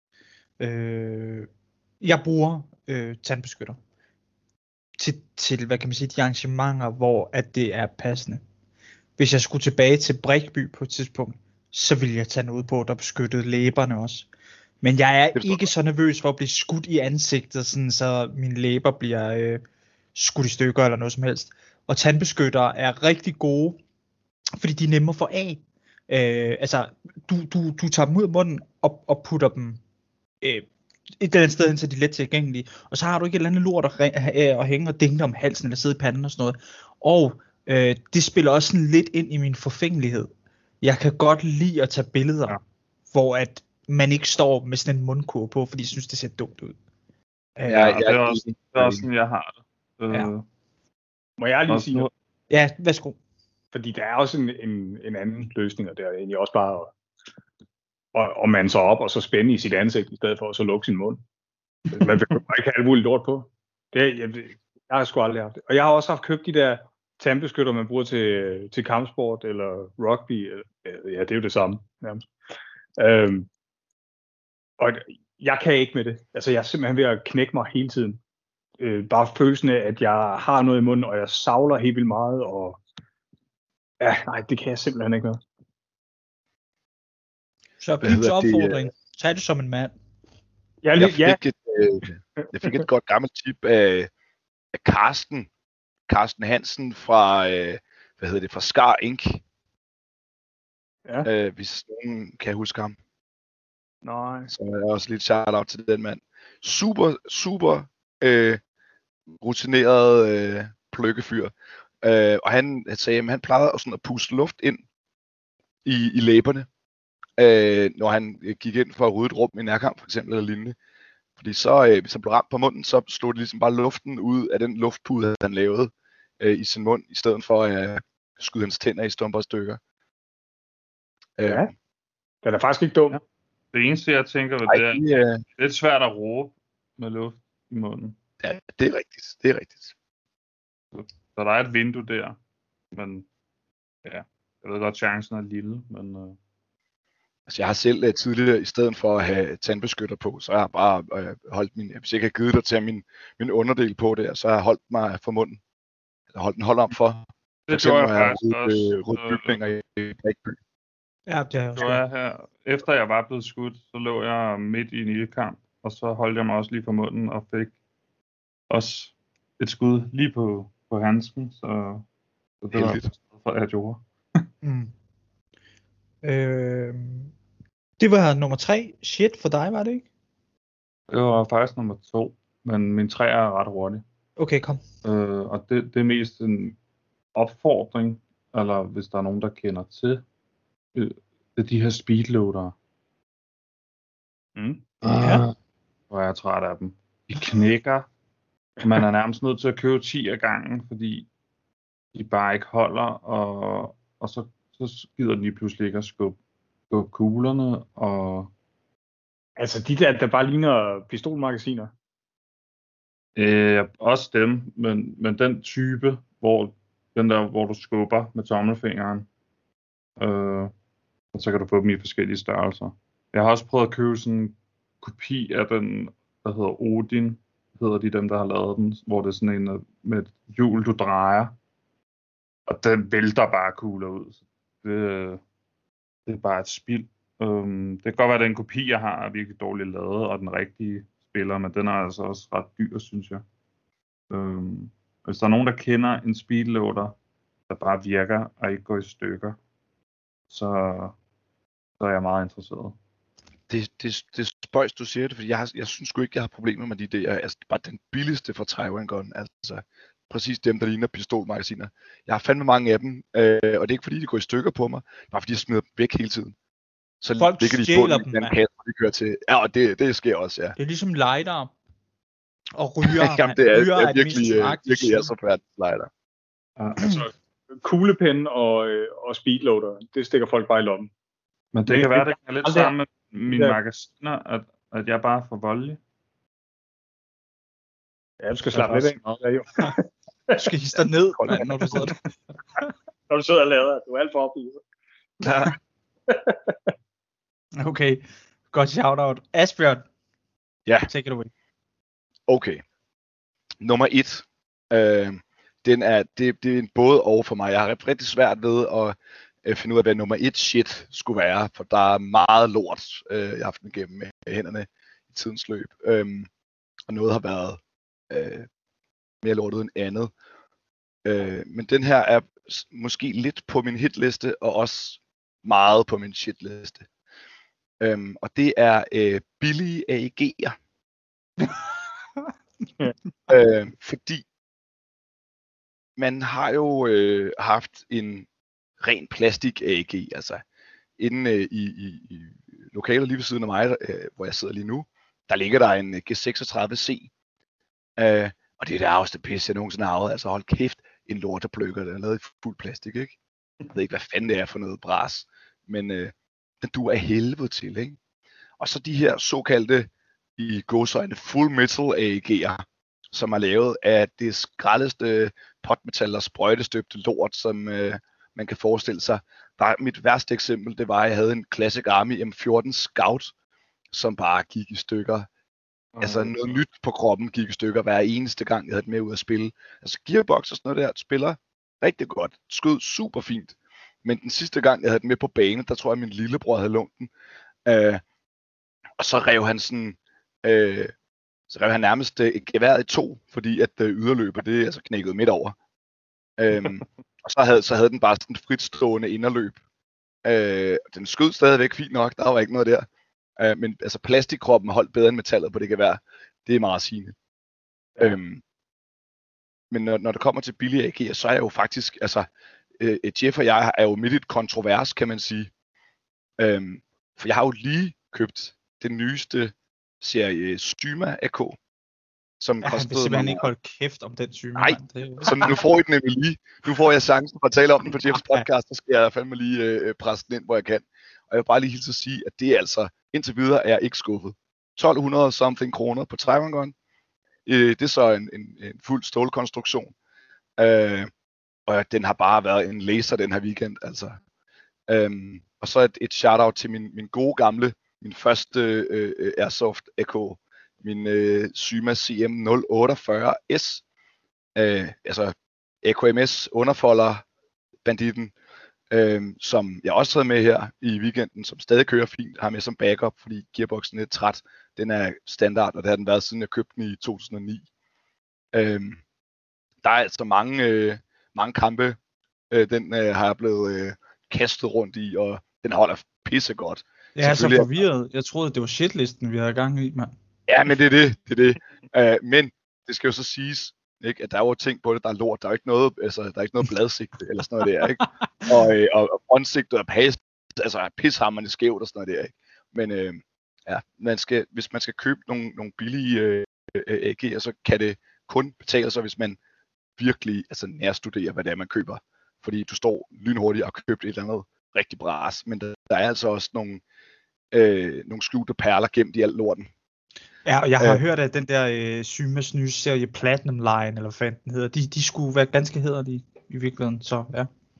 øh, jeg bruger øh, tandbeskytter til, til, hvad kan man sige, de arrangementer, hvor at det er passende. Hvis jeg skulle tilbage til Brækby på et tidspunkt, så ville jeg tage noget på, der beskyttede læberne også. Men jeg er ikke så nervøs for at blive skudt i ansigtet, sådan så mine læber bliver øh, skudt i stykker eller noget som helst. Og tandbeskytter er rigtig gode, fordi de er nemme at få af. Øh, altså, du, du, du tager dem ud af munden og, og putter dem øh, et eller andet sted hen, så de er let tilgængelige. Og så har du ikke et eller andet lort at, at hænge og dingle om halsen eller sidde i panden og sådan noget. Og øh, det spiller også sådan lidt ind i min forfængelighed. Jeg kan godt lide at tage billeder, ja. Hvor at man ikke står med sådan en mundkurv på, fordi jeg synes, det ser dumt ud. Ja, ja, det er også, det er også sådan, jeg har det. Øh, ja. Må jeg lige sige noget? Ja, værsgo. Fordi der er også en, en, en anden løsning, og det er egentlig også bare at, at, at mande sig op og så spænde i sit ansigt, i stedet for at så lukke sin mund. Man vil bare ikke have alt muligt lort på. Det, jeg, jeg har sgu aldrig haft det. Og jeg har også haft købt de der tandbeskytter, man bruger til, til kampsport eller rugby. Eller, ja, det er jo det samme nærmest. Øhm, og jeg kan ikke med det. Altså, jeg er simpelthen ved at knække mig hele tiden. Øh, bare følelsen af, at jeg har noget i munden, og jeg savler helt vildt meget, og ja, nej, det kan jeg simpelthen ikke noget. Så Pips opfordring. Tag det som en mand. Jeg, jeg, fik, ja. et, øh, jeg fik et godt gammelt tip af, af Carsten. Carsten Hansen fra, øh, hvad hedder det, fra Scar Incorporated. Ja. Øh, hvis nogen kan huske ham. Nej. Så er jeg også lidt shout-out til den mand. Super, super øh, rutineret øh, pløkkefyr. Øh, og han, han sagde, at han plejede sådan at puste luft ind i, i læberne, øh, når han gik ind for at rydde et rum i nærkamp, for eksempel, eller lignende. Fordi så, øh, hvis han blev ramt på munden, så slog det ligesom bare luften ud af den luftpude, han lavede øh, i sin mund, i stedet for at øh, skyde hans tænder i stumper og stykker. Ja, øh, det er faktisk ikke dumt. Ja. Det eneste, jeg tænker, ved, det er, det er lidt svært at råbe med luft i munden. Ja, det er rigtigt. Det er rigtigt. Så, så der er et vindue der, men ja, jeg ved godt, chancen er lille, men... Uh... Altså, jeg har selv uh, tidligere, i stedet for at have tandbeskytter på, så har jeg bare uh, holdt min... Hvis jeg ikke har givet dig til min, min underdel på der, så har jeg holdt mig for munden. Eller holdt den hold om for. Det gjorde jeg faktisk også. Øh, ryddet bygninger i Brækby. Ja, det er så jeg her. Efter jeg var blevet skudt, så lå jeg midt i en ildkamp, og så holdt jeg mig også lige for munden og fik også et skud lige på, på handsken, så, så det var for, at jeg gjorde. mm. øh, det var nummer tre. Shit for dig, var det ikke? Det var faktisk nummer to, men min tre er ret hurtig. Okay, kom. Øh, og det, det er mest en opfordring, eller hvis der er nogen, der kender til det er de her speedloadere. Mm. Ja. Hvor jeg er træt af dem. De knækker. Man er nærmest nødt til at købe ti af gangen, fordi de bare ikke holder, og, og så, så gider de pludselig ikke at skubbe, skubbe kuglerne. Og... Altså de der, der bare ligner pistolmagasiner? Øh, også dem, men, men den type, hvor, den der, hvor du skubber med tommelfingeren. Øh, og så kan du få dem i forskellige størrelser. Jeg har også prøvet at købe sådan en kopi af den, der hedder Odin, hedder de dem, der har lavet den, hvor det er sådan en med et hjul, du drejer, og den vælter bare kugler ud. Det, det er bare et spild. Um, det kan godt være, at den kopi, jeg har, er virkelig dårligt lavet, og den rigtige spiller, men den er altså også ret dyr, synes jeg. Um, hvis der er nogen, der kender en speedloader, der bare virker og ikke går i stykker, så, så er jeg meget interesseret. Det, det, det er spøjs, du siger det, fordi jeg, har, jeg synes sgu ikke, jeg har problemer med de der, altså bare den billigste fra Taiwan Gun, altså præcis dem, der ligner pistolmagasiner. Jeg har fandme mange af dem, øh, og det er ikke fordi, de går i stykker på mig, bare fordi jeg smider dem væk hele tiden. Så Folk ligger de stjæler på dem, den mand. kasse, de kører til. Ja, og det, det sker også, ja. Det er ligesom lighter og ryger. Jamen, det er, ryger det er det virkelig, mest øh, nøjagtige virkelig er shit. så færdigt slider. Ja, altså, kuglepen og, øh, og speedloader, det stikker folk bare i lommen. Men det Men kan det- være, det er lidt aldrig- sammen med mine Ja. magasiner, at, at jeg bare er for voldelig. Ja, du skal Jeg slappe er lidt af. bare Ja, jo. Du skal hisse dig ned, mand, når du sidder der. Når du sidder og lader, du er alt for opgivet. Ja. Okay, godt shout-out. Asbjørn, Ja. take it away. Okay. Nummer et. Øh, den er, det, det er en både og for mig. Jeg har rigtig svært ved at øh, finde ud af, hvad nummer et shit skulle være, for der er meget lort, øh, jeg har haft den igennem med hænderne i tidens løb. Øhm, og noget har været øh, mere lortet end andet. Øh, men den her er s- måske lidt på min hitliste, og også meget på min shitliste. Øhm, og det er øh, billige A E G'er. øh, fordi man har jo øh, haft en ren plastik A E G, altså inde øh, i, i, i lokalet lige ved siden af mig, øh, hvor jeg sidder lige nu, der ligger der en G seksogtredive C, øh, og det er det arveste pis, jeg nogensinde har arvet, altså hold kæft, en lorteplukker, den er lavet i fuld plastik, ikke? Jeg ved ikke, hvad fanden det er for noget bras, men øh, den duer af helvede til, ikke? Og så de her såkaldte, i gåseøjne, full metal A E G'er, som er lavet af det skraldeste potmetal og sprøjtestøbte lort, som øh, man kan forestille sig. Der, mit værste eksempel, det var, at jeg havde en Classic Army M fjorten Scout, som bare gik i stykker. Oh, Altså noget nyt på kroppen gik i stykker hver eneste gang, jeg havde den med ud at spille. Altså gearbox og sådan noget der, spiller rigtig godt. Skød super fint. Men den sidste gang, jeg havde den med på banen, der tror jeg, min lillebror havde lånt den. Øh, og så rev han sådan... Øh, så rev han nærmest øh, geværet i to, fordi at øh, yderløbet, det er altså knækket midt over. Øhm, og så havde, så havde den bare sådan et fritstående inderløb. Øh, den skød stadigvæk fint nok, der var ikke noget der. Øh, men altså plastikkroppen holdt bedre end metallet på det gevær. Det er meget sigende. Ja. Øhm, men når, når det kommer til billige A G'er, så er jeg jo faktisk, altså, øh, Jeff og jeg er jo midt i et kontrovers, kan man sige. Øhm, for jeg har jo lige købt den nyeste serie Styma A K, som Ja, han vil kostede simpelthen mig... ikke holde kæft om den syge. Nej, mand. Det... så nu får I den nemlig lige. Nu får jeg chancen for at tale om den på Jeffs podcast, så skal jeg fandme lige øh, presse den ind, hvor jeg kan. Og jeg vil bare lige hilse at sige, at det er altså, indtil videre er jeg ikke skuffet. tolv hundrede something kroner på Taiwan Gun. Øh, det er så en, en, en fuld stålkonstruktion. Øh, og den har bare været en laser den her weekend, altså. Øhm, og så et, et shout-out til min, min gode gamle, min første øh, Airsoft A K, min øh, Syma C M nul otteogfyrre S, øh, altså A K M S underfolder banditten, øh, som jeg også havde med her i weekenden, som stadig kører fint, har med som backup, fordi gearboxen er træt. Den er standard, og det har den været siden jeg købte den i to tusind og ni. Øh, der er altså mange, øh, mange kampe, øh, den øh, har jeg blevet øh, kastet rundt i, og den holder pissegodt. Jeg er så forvirret. Jeg troede, det var shitlisten, vi havde gang i, mand. Ja, men det er det. det, er det. Uh, men det skal jo så siges, ikke, at der er jo ting på det, der er lort. Der er jo ikke noget, altså, der er ikke noget bladsigte eller sådan noget der, ikke? Og, øh, og, og frontsigtet er pas, altså er pishammerende skævt og sådan noget der, ikke? Men øh, ja, man skal, hvis man skal købe nogle, nogle billige øh, A G'er, så kan det kun betale sig, hvis man virkelig altså, nærstuderer, hvad det er, man køber. Fordi du står lynhurtigt og købt et eller andet rigtig bras, men der, der er altså også nogle, øh, nogle skjulte perler gemt i alt lorten. Ja, og jeg har Øh. hørt, at den der øh, Symas nye serie Platinum Line, eller hvad fanden den hedder, de, de skulle være ganske hæderlige i virkeligheden, så ja.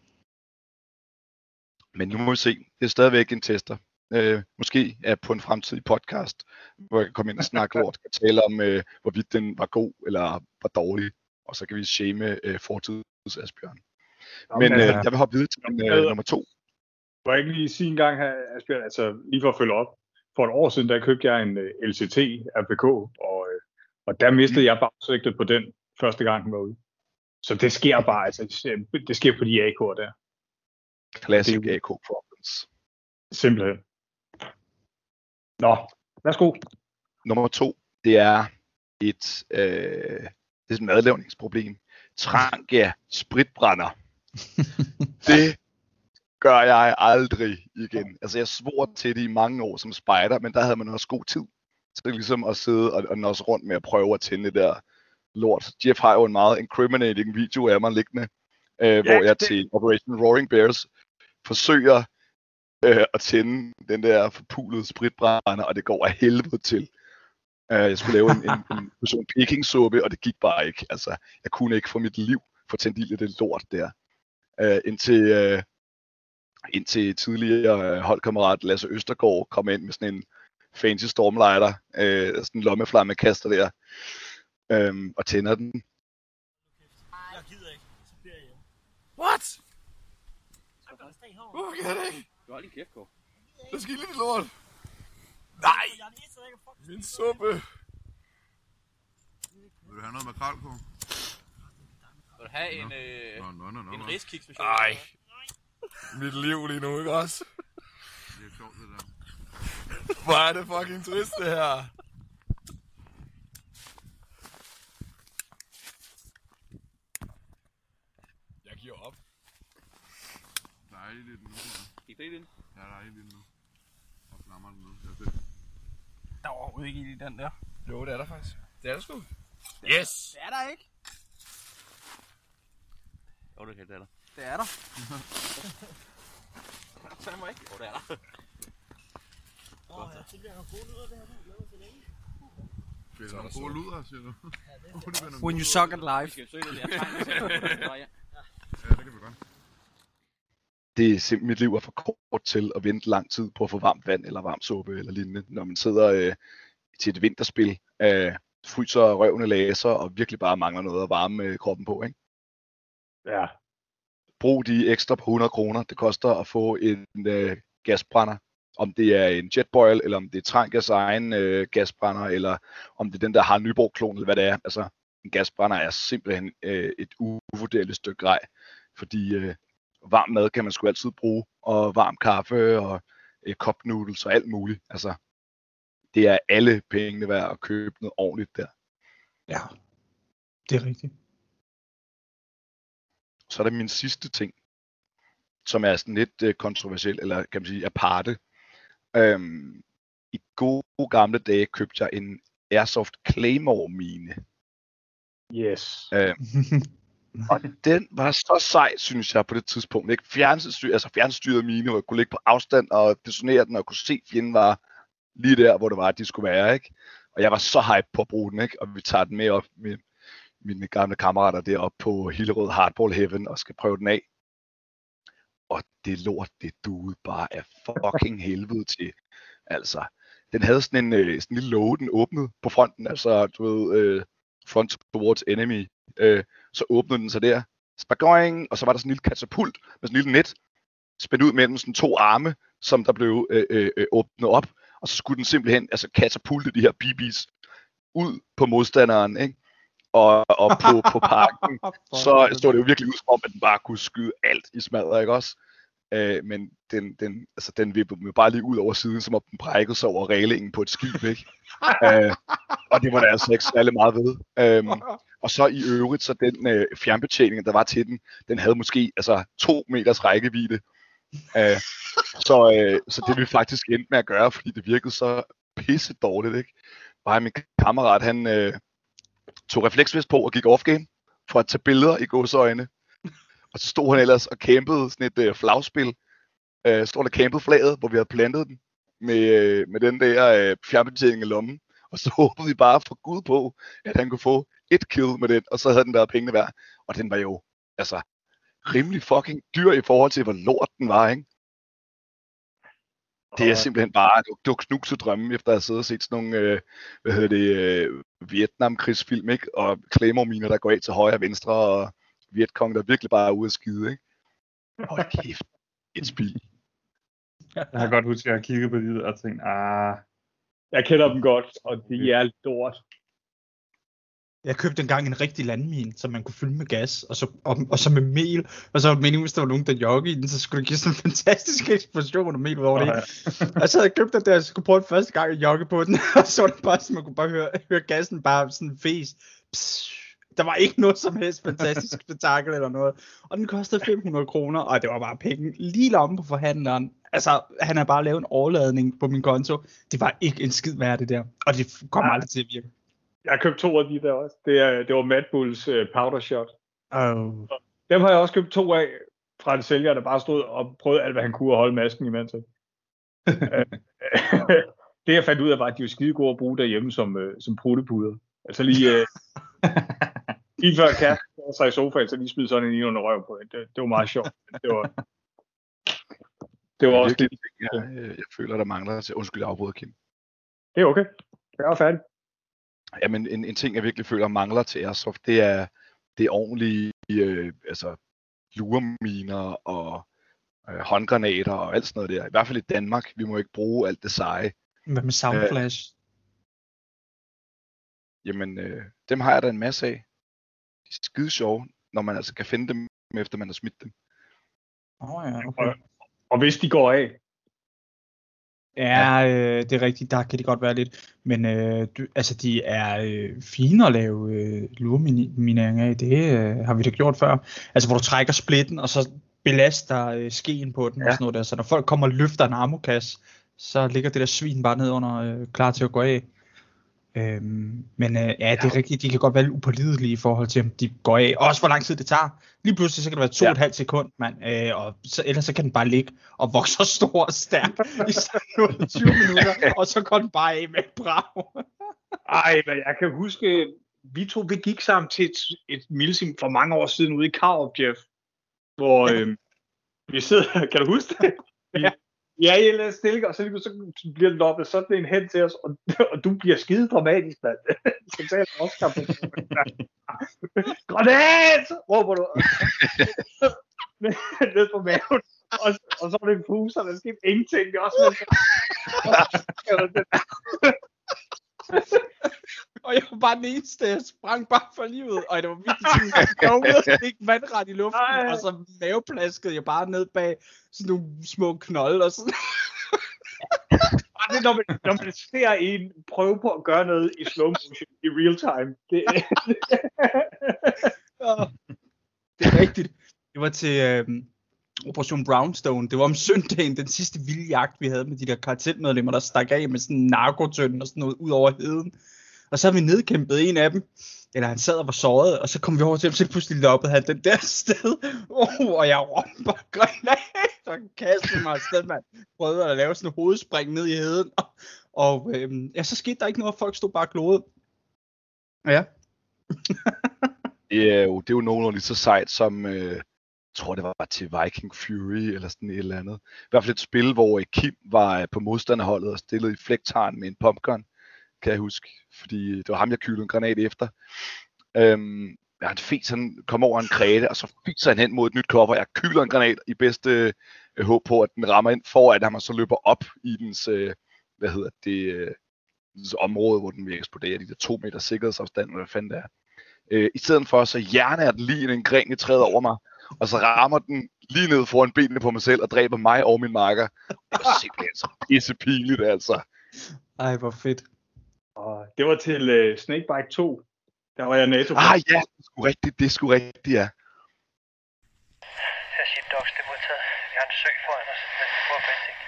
Men nu må vi se. Det er stadigvæk en tester. Øh, måske er på en fremtidig podcast, hvor jeg kan komme ind og snakke lort, og tale om, øh, hvorvidt den var god eller var dårlig, og så kan vi shame øh, fortids Asbjørn. Men øh, jeg vil hoppe videre til den, øh, nummer to. Må jeg ikke lige sige en gang her, Asbjørn, altså lige for at følge op. For et år siden, der købte jeg en uh, L C T R P K, og, uh, og der mistede jeg bagsigtet på den første gang, den var ude. Så det sker bare, altså det sker på de A K'er der. Classic A K problems. Simpelthen. Nå, værsgo. Nummer to, det er et, øh, det er et madlavningsproblem. Trangia spritbrænder. Det gør jeg aldrig igen. Altså jeg svor til det i mange år som spejder, men der havde man også god tid. Så det er ligesom at sidde og, og nosse rundt med at prøve at tænde det der lort. Jeff har jo en meget incriminating video af mig liggende, øh, ja, hvor jeg det... til Operation Roaring Bears forsøger øh, at tænde den der forpulede spritbrænder, og det går af helvede til. Øh, jeg skulle lave en, en, en portion pekingsuppe, og det gik bare ikke. Altså, jeg kunne ikke for mit liv få tændt ild i det lort der. Øh, indtil, øh, indtil tidligere holdkammerat Lasse Østergaard kom ind med sådan en fancy stormlighter, øh, sådan en lommeflammekaster der, øh, og tænder den. Jeg gider ikke, så bliver jeg hjemme. What? Hvorfor kan det ikke? Du har lige kæft, Kåre. Der skal lidt lort. Nej! Min suppe. Vil du have noget makrel på? Vil du have en, øh, nå, nå, nå, nå, en riskiks, hvis Ej. Mit liv lige nu, ikke også? Det er sjovt, det der. Hvor er det fucking trist, det her. Jeg giver op. Der er lidt nu. Gik det ikke ind? Ja, der er lidt nu. Og flammer den nu. Det er fedt. Der er overhovedet ikke i den der. Jo, det er der faktisk. Det er der sgu. Yes! Det er der ikke. Jo, det er der. Det er der. Tag mig ikke. Jo, det er der. Åh, ja, det bliver nogle gode lyder, det her. Jeg glæder mig til længe. Bliver der nogle gode luder, siger du? When you suck at life. Vi skal søge det der tegn. Ja, det kan vi godt. Det er simpelthen, mit liv er for kort til at vente lang tid på at få varmt vand eller varm suppe eller lignende, når man sidder øh, til et vinterspil, øh, fryser røvene laser og virkelig bare mangler noget at varme øh, kroppen på, ikke? Ja. Brug de ekstra på hundrede kroner, det koster at få en øh, gasbrænder. Om det er en Jetboil, eller om det er Trangias egen øh, gasbrænder, eller om det er den der har Nyborg-klon, eller hvad det er. Altså, en gasbrænder er simpelthen øh, et uvurderligt stykke grej, fordi øh, varm mad kan man sgu altid bruge, og varm kaffe, og øh, cup noodles, og alt muligt. Altså, det er alle pengene værd at købe noget ordentligt der. Ja, det er rigtigt. Så er der min sidste ting, som er sådan lidt øh, kontroversiel, eller kan man sige aparte. Øhm, I gode gamle dage købte jeg en Airsoft Claymore mine. Yes. Øhm, og den var så sej, synes jeg, på det tidspunkt. Ikke? Fjernstyret, altså fjernstyret mine, hvor jeg kunne ligge på afstand og detonere den, og kunne se, at fjenden var lige der, hvor det var, at de skulle være. Ikke? Og jeg var så hype på at bruge den, ikke? Og vi tager den med op med mine gamle kammerater deroppe på Hillerød Hardball Heaven og skal prøve den af. Og det lort, det duede bare af fucking helvede til. Altså, den havde sådan en, øh, sådan en lille låge, den åbnede på fronten, altså, du ved, øh, front towards enemy. Øh, så åbnede den sig der, spagoing, og så var der sådan en lille katapult med sådan en lille net, spændt ud mellem sådan to arme, som der blev øh, øh, åbnet op, og så skulle den simpelthen altså katapulte de her B B's ud på modstanderen, ikke? Og, og på, på parken, så stod det jo virkelig ud som om, at den bare kunne skyde alt i smadret, ikke også? Øh, men den, den, altså, den vippede mig bare lige ud over siden, som om den brækkede sig over reglingen på et skib, ikke? øh, og det var der altså ikke særlig meget ved. Øh, og så i øvrigt, så den øh, fjernbetjening, der var til den, den havde måske altså to meters rækkevidde. Øh, så, øh, så det vi faktisk endte med at gøre, fordi det virkede så pisse dårligt, ikke? Bare min kammerat, han øh, tog refleksvest på og gik off-game for at tage billeder i gåseøjne. Og så stod han ellers og campede sådan et øh, flagspil. Øh, stod der campede flaget, hvor vi havde plantet den med, øh, med den der øh, fjernbetjening i lommen. Og så håbede vi bare for Gud på, at han kunne få et kill med den, og så havde den der pengene værd. Og den var jo altså rimelig fucking dyr i forhold til, hvor lort den var, ikke? Det er simpelthen bare, det var knukse drømme, efter at have siddet og set sådan nogle, øh, hvad hedder det, øh, Vietnam-krigsfilm, ikke? Og Claymore-miner, der går af til højre og venstre, og Vietkong, der virkelig bare er ude at skide, ikke? Hold kæft, et spil. Jeg har godt husket, at jeg har kigget på de der og tænkt, ah... Jeg kender dem godt, og de er lort. Jeg købte engang en rigtig landmine, som man kunne fylde med gas, og så, og, og så med mel, og så var det meningen, hvis der var nogen, der joggede i den, så skulle det give sådan en fantastisk eksplosion af mel ud over det. Og så havde jeg købt den der, og så skulle prøve det første gang at jogge på den, og så var det bare, så man kunne bare høre, høre gassen bare sådan fes. Pss, der var ikke noget som helst fantastisk spektakel eller noget. Og den kostede fem hundrede kroner, og det var bare penge lige lomme på forhandleren. Altså, han har bare lavet en overladning på min konto. Det var ikke en skid værd det der, og det kom ja. aldrig til at virke. Jeg har købt to af de der også. Det, er, det var Mad Bulls uh, Powder Shot. Oh. Dem har jeg også købt to af fra en sælger, der bare stod og prøvede alt, hvad han kunne at holde masken imens. Det jeg fandt ud af var, at de var skide gode at bruge derhjemme som, uh, som pruttepuder. Altså lige, uh, lige før kæresten sig i sofaen, så lige smide sådan en i under røven på. Det, det var meget sjovt. Det var, det var det også det, lidt... jeg, jeg føler, der mangler til. Undskyld, jeg afbryder, Kim. Det er okay. Jeg er færdig. Jamen, en, en ting, jeg virkelig føler mangler til Airsoft, det er det ordentlige, øh, altså lureminer og øh, håndgranater og alt sådan noget der. I hvert fald i Danmark, vi må ikke bruge alt det seje. Hvad med Soundflash? Øh, jamen, øh, dem har jeg da en masse af. De er skide sjove, når man altså kan finde dem, efter man har smidt dem. Åh oh, ja, okay. Og, og hvis de går af, Ja, øh, det er rigtigt, der kan de godt være lidt, men øh, du, altså de er øh, fine at lave øh, lureminering af, det øh, har vi da gjort før. Altså hvor du trækker splitten, og så belaster øh, skeen på den ja. Og sådan noget der, så når folk kommer og løfter en ammokasse, så ligger det der svin bare ned under, øh, klar til at gå af. Øhm, men øh, ja, det er rigtigt, de kan godt være lidt upålidelige i forhold til, om de går af. Også hvor lang tid det tager. Lige pludselig så kan det være to og et halvt sekund, mand, øh, og så, ellers så kan den bare ligge og vokse så stor og stærk i sådan tyve minutter, og så går den bare af med et brag. Ej, men jeg kan huske, vi to vi gik sammen til et, et milsim for mange år siden ude i Karup, Jeff, hvor øh, vi sidder, kan du huske det? Ja. Ja, i en eller anden stilling, og så, så bliver det loppet sådan en hen til os, og, og du bliver skide dramatisk, mand. Totalt Oscar på granat! Råber du. Ned på maven. Og, og så var det en fuser, der skete ingenting. Det er også og jeg var bare den eneste, jeg sprang bare for livet, og det var virkelig sådan, jeg fik vandret i luften, Ej. Og så maveplaskede jeg bare ned bag sådan nogle små knolde og sådan. Og det er, når man, når man ser en prøve på at gøre noget i slow motion i real time. Det, ja, det er rigtigt. Det var til øhm, Operation Brownstone. Det var om søndagen, den sidste vilde jagt, vi havde med de der kartelmedlemmer, der stak af med sådan en narkotønde og sådan noget ud over heden. Og så har vi nedkæmpet en af dem, eller han sad og var såret, og så kom vi over til ham, så pludselig loppede han den der sted, oh, og jeg råbte bare granat, og kastede mig afsted, man prøvede at lave sådan en hovedspring ned i heden, og, og øhm, ja, så skete der ikke noget, folk stod bare gloet. Ja. det, er jo, det er jo nogenlunde lige så sejt som, øh, jeg tror det var til Viking Fury, eller sådan et eller andet. I hvert fald et spil, hvor Kim var på modstanderholdet og stillede i flægtaren med en pumpgun, kan jeg huske, fordi det var ham, jeg kylede en granat efter. Øhm, ja, han fes, han kom over en kræde, og så fiser han hen mod et nyt cover. Jeg kyler en granat i bedste øh, håb på, at den rammer ind foran ham, og så løber op i dens, øh, hvad hedder det, øh, dens område, hvor den vil eksplodere, de der to meter sikkerhedsafstand, eller hvad fanden det er. Øh, I stedet for, så hjerner den lige en gren i træet over mig, og så rammer den lige ned foran benene på mig selv, og dræber mig og min makker. Det var simpelthen så pissepinligt, altså. Ej, hvor fedt. Og det var til uh, Snakebite to. Der var jeg NATO. Ah ja, det er sgu rigtigt, det er sgu rigtigt, ja. Her siger Dogs, det er modtaget. Vi har en sø foran os, men vi får basic.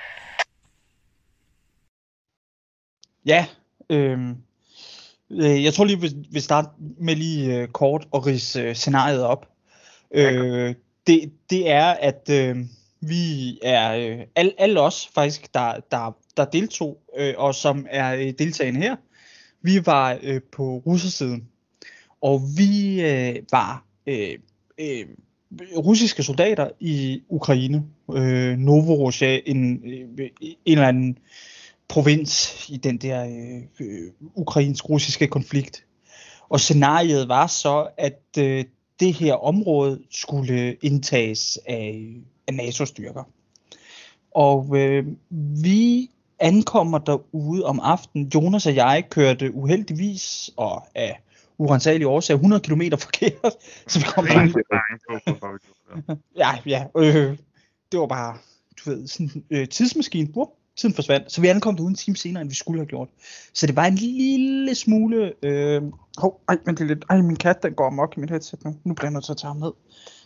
Ja, øh, øh, jeg tror lige, vi vil starte med lige øh, kort og ridse øh, scenariet op. Øh, det, det er, at øh, vi er øh, alle al os faktisk, der, der, der deltog, øh, og som er øh, deltagende her, vi var øh, på russersiden, og vi øh, var øh, øh, russiske soldater i Ukraine, øh, Novorossija, en, øh, en eller anden provins i den der øh, øh, ukrainsk-russiske konflikt. Og scenariet var så, at øh, det her område skulle indtages af, af NATO-styrker. Og øh, vi ankommer derude om aftenen. Jonas og jeg kørte uheldigvis og af urensagelige årsager hundrede kilometer forkert. Så vi kom Det er bare... ikke bange på, hvorfor vi gjorde det. Ja, ja. Øh, det var bare, du ved, sådan en øh, tidsmaskine. Wow, tiden forsvandt. Så vi ankom uden en time senere, end vi skulle have gjort. Så det var en lille smule... Øh... Hov, ej, vent lidt. Ej, min kat, den går amok i mit headset nu. Nu bliver jeg nødt til at tage ham ned.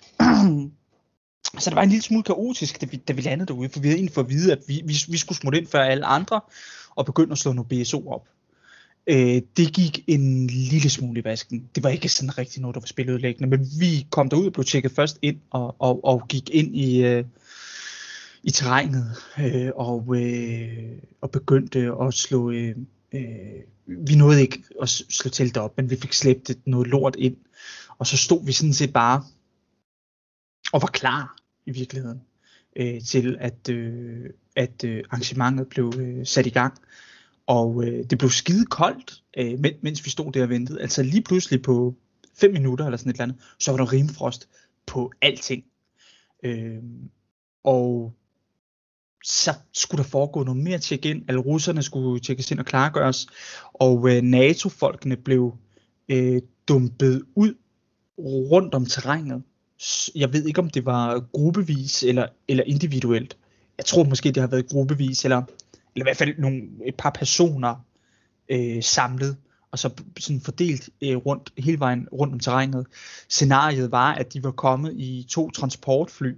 Så det var en lille smule kaotisk, da vi, da vi landede derude. For vi havde egentlig fået at vide, at vi, vi, vi skulle smutte ind før alle andre, og begynde at slå noget B S O op. Øh, det gik en lille smule i vasken. Det var ikke sådan rigtig noget, der var spiludlæggende, men vi kom derud og blev tjekket først ind, og, og, og gik ind i, øh, i terrænet, øh, og, øh, og begyndte at slå... Øh, øh, vi nåede ikke at slå teltet op, men vi fik slæbt noget lort ind, og så stod vi sådan set bare og var klar i virkeligheden øh, til, at, øh, at øh, arrangementet blev øh, sat i gang. Og øh, det blev skide koldt, øh, mens vi stod der og ventede. Altså lige pludselig på fem minutter eller sådan et eller andet, så var der rimfrost på alting. Øh, og så skulle der foregå noget mere tjek ind. Alle russerne skulle tjekkes ind og klargøres. Og øh, NATO-folkene blev øh, dumpet ud rundt om terrænet. Jeg ved ikke, om det var gruppevis eller, eller individuelt. Jeg tror måske, det har været gruppevis, eller, eller i hvert fald nogle, et par personer øh, samlet, og så sådan fordelt øh, rundt, hele vejen rundt om terrænet. Scenariet var, at de var kommet i to transportfly,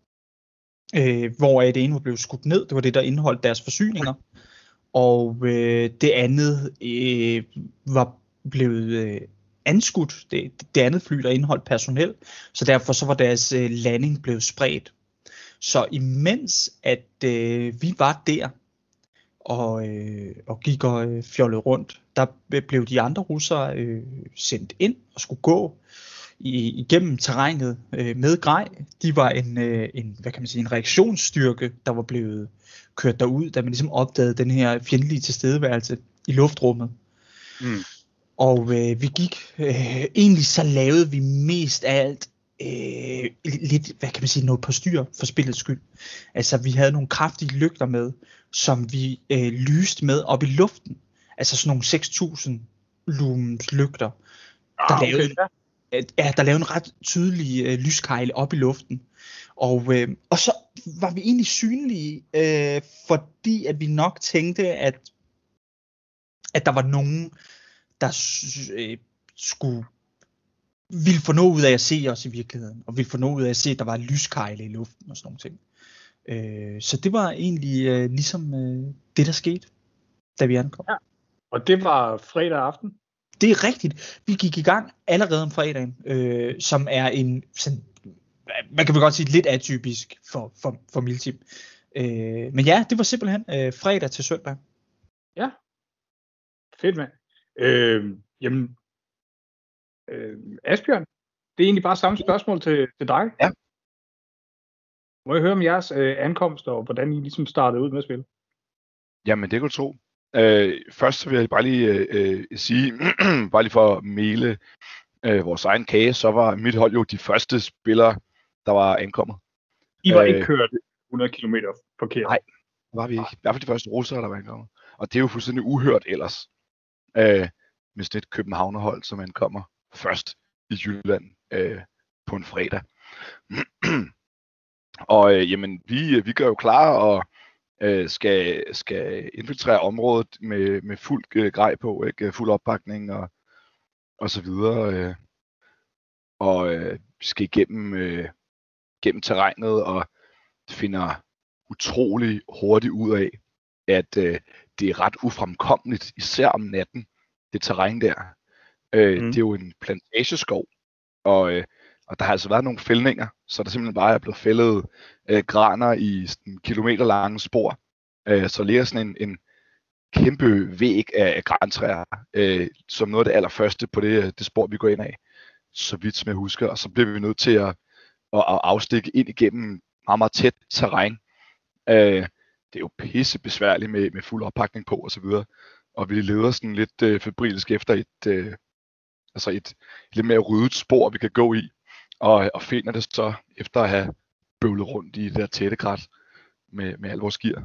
øh, hvor det ene var blevet skudt ned. Det var det, der indeholdt deres forsyninger. Og øh, det andet øh, var blevet... Øh, anskudt, det, det andet fly, der indeholdt personel, så derfor så var deres øh, landing blevet spredt. Så imens at øh, vi var der og, øh, og gik og øh, fjollede rundt, der blev de andre russere øh, sendt ind og skulle gå i, igennem terrænet øh, med grej. De var en, øh, en, hvad kan man sige, en reaktionsstyrke, der var blevet kørt derud, da man ligesom opdagede den her fjendtlige tilstedeværelse i luftrummet. Mm. Og øh, vi gik, øh, egentlig så lavede vi mest af alt øh, lidt, hvad kan man sige, noget på styr for spillets skyld. Altså vi havde nogle kraftige lygter med, som vi øh, lyste med op i luften. Altså sådan nogle seks tusind lumens lygter, der, ah, okay, lavede, ja. Ja, der lavede en ret tydelig øh, lyskejle op i luften. Og, øh, og så var vi egentlig synlige, øh, fordi at vi nok tænkte, at, at der var nogen, der øh, skulle ville få noget ud af at se os i virkeligheden, og ville få noget ud af at se, at der var lyskejle i luften og sådan nogle ting. Øh, så det var egentlig øh, ligesom øh, det, der skete, da vi ankom. Ja. Og det var fredag aften? Det er rigtigt. Vi gik i gang allerede om fredagen, øh, som er en, sådan, man kan vel godt sige, lidt atypisk for, for, for Miltim. Øh, men ja, det var simpelthen øh, fredag til søndag. Ja, fedt mand. Øh, jamen, øh, Asbjørn, det er egentlig bare samme spørgsmål til, til dig. Ja. Må jeg høre om jeres øh, ankomst, og hvordan I ligesom startede ud med at spille? Jamen, det kunne du tro. Øh, først vil jeg bare lige øh, sige, bare lige for at mele øh, vores egen kage, så var mit hold jo de første spillere, der var ankommet. I var øh, ikke kørt hundrede kilometer forkert? Nej, det var vi ikke. I hvert fald de første russere, der var ankommet. Og det er jo fuldstændig uhørt ellers. Øh, med sådan et københavnerhold, som ankommer først i Jylland øh, på en fredag. Og øh, jamen, vi, vi gør jo klar og øh, skal, skal infiltrere området med, med fuld øh, grej på, ikke? Fuld oppakning og, og så videre. Øh. Og øh, vi skal igennem øh, gennem terrænet og finder utrolig hurtigt ud af, at øh, det er ret ufremkommeligt, især om natten, det terræn der. Øh, mm. Det er jo en plantageskov, og, øh, og der har altså været nogle fældninger, så der simpelthen bare er blevet fældet øh, graner i sådan kilometerlange spor. Øh, så ligger sådan en, en kæmpe væg af, af grantræer, øh, som noget af det allerførste på det, det spor, vi går ind af, så vidt som jeg husker. Og så bliver vi nødt til at, at, at afstikke ind igennem meget, meget tæt terræn. Øh, det er jo pisse besværligt med, med fuld oppakning på og så videre. Og vi leder sådan lidt øh, febrilsk efter et, øh, altså et lidt mere ryddet spor, vi kan gå i. Og, og finder det så efter at have bøvlet rundt i det der tætte krat med, med al vores gear.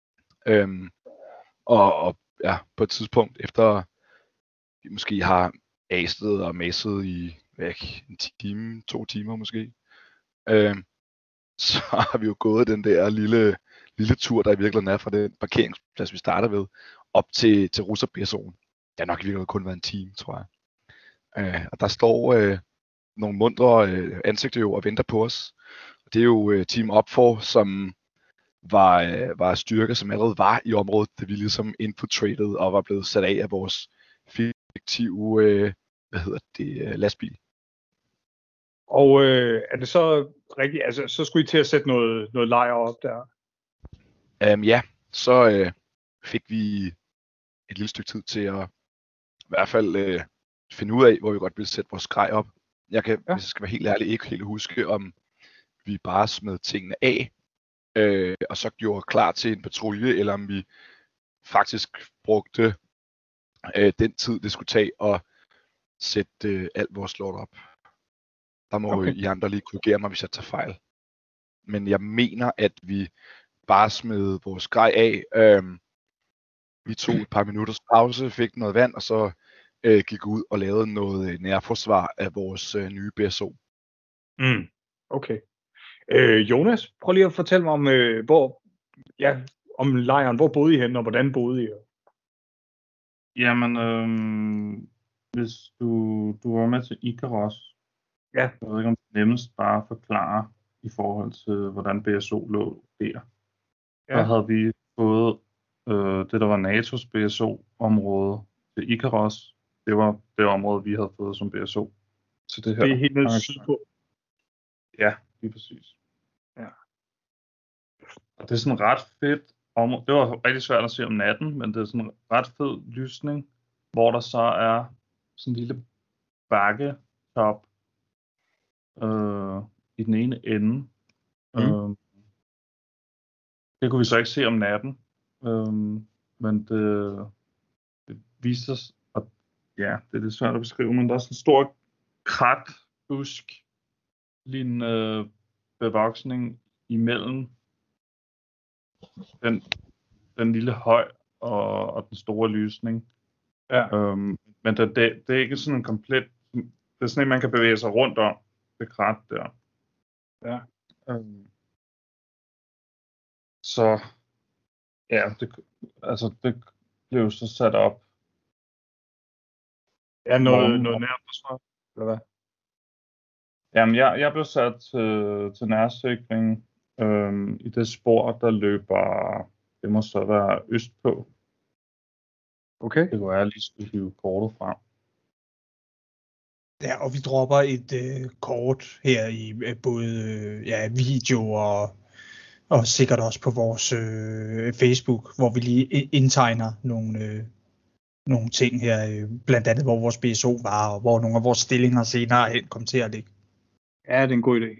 Øhm, og, og ja, på et tidspunkt efter vi måske har astet og masset i hvad, en time, to timer måske. Øh, så har vi jo gået den der lille, lille tur, der i virkeligheden er fra den parkeringsplads, vi starter ved, op til, til Russer B S O'en. Det har nok i virkeligheden kun været en time, tror jeg. Øh, og der står øh, nogle mundre øh, ansigter jo og venter på os. Og det er jo øh, Team Opfor, som var, øh, var styrker, som allerede var i området, da vi ligesom infiltrated og var blevet sat af af vores fiktive, øh, hvad hedder det, øh, lastbil. Og øh, er det så rigtigt, altså så skulle I til at sætte noget, noget lejr op der? Um, ja, så øh, fik vi et lille stykke tid til at i hvert fald øh, finde ud af, hvor vi godt ville sætte vores grej op. Jeg kan, ja. Hvis jeg skal være helt ærlig, ikke helt huske, om vi bare smed tingene af, øh, og så gjorde klar til en patrulje, eller om vi faktisk brugte øh, den tid, det skulle tage at sætte øh, alt vores lort op. Der må okay. I andre lige korrigere mig, hvis jeg tager fejl. Men jeg mener, at vi bare smed vores grej af. Øhm, vi tog et par minutters pause, fik noget vand, og så øh, gik ud og lavede noget nærforsvar af vores øh, nye B S O. Mm. Okay. Øh, Jonas, prøv lige at fortælle mig om, øh, hvor, ja, om lejren. Hvor boede I henne, og hvordan boede I? Jamen, øhm, hvis du, du var med til Ikaros, ja. Jeg ved ikke, om det er nemmest bare at forklare i forhold til, hvordan B S O lå der. Ja. Der havde vi fået øh, det, der var NATO's B S O-område til Ikaros. Det var det område, vi havde fået som B S O. Til det her. Det er helt nede sydpå. Ja, lige præcis. Ja. Og det er sådan ret fedt område. Det var rigtig svært at se om natten, men det er sådan en ret fed lysning, hvor der så er sådan en lille bakketop øh, i den ene ende. Mm. Øh, det kunne vi så ikke se om natten, øh, men det, det viste os, og ja, det er lidt svært at beskrive, men der er sådan en stor krat, busk, lignende øh, bevoksning imellem den, den lille høj og, og den store lysning. Ja. Øhm, men det, det, det er ikke sådan en komplet, det er sådan en, man kan bevæge sig rundt om, det krat der. Ja. Øhm, så, ja, det, altså det blev så sat op. Ja, noget, noget nærforsvar, eller hvad? Jamen, jeg, jeg blev sat til, til nærsikring øhm, i det spor, der løber, det må så være østpå. Okay. Det kunne jeg lige skulle hive kortet frem. Ja, og vi dropper et øh, kort her i øh, både øh, ja, video og, og sikkert også på vores øh, Facebook, hvor vi lige indtegner nogle, øh, nogle ting her, øh, blandt andet hvor vores B S O var, og hvor nogle af vores stillinger senere hen kom til at ligge. Ja, det er en god idé.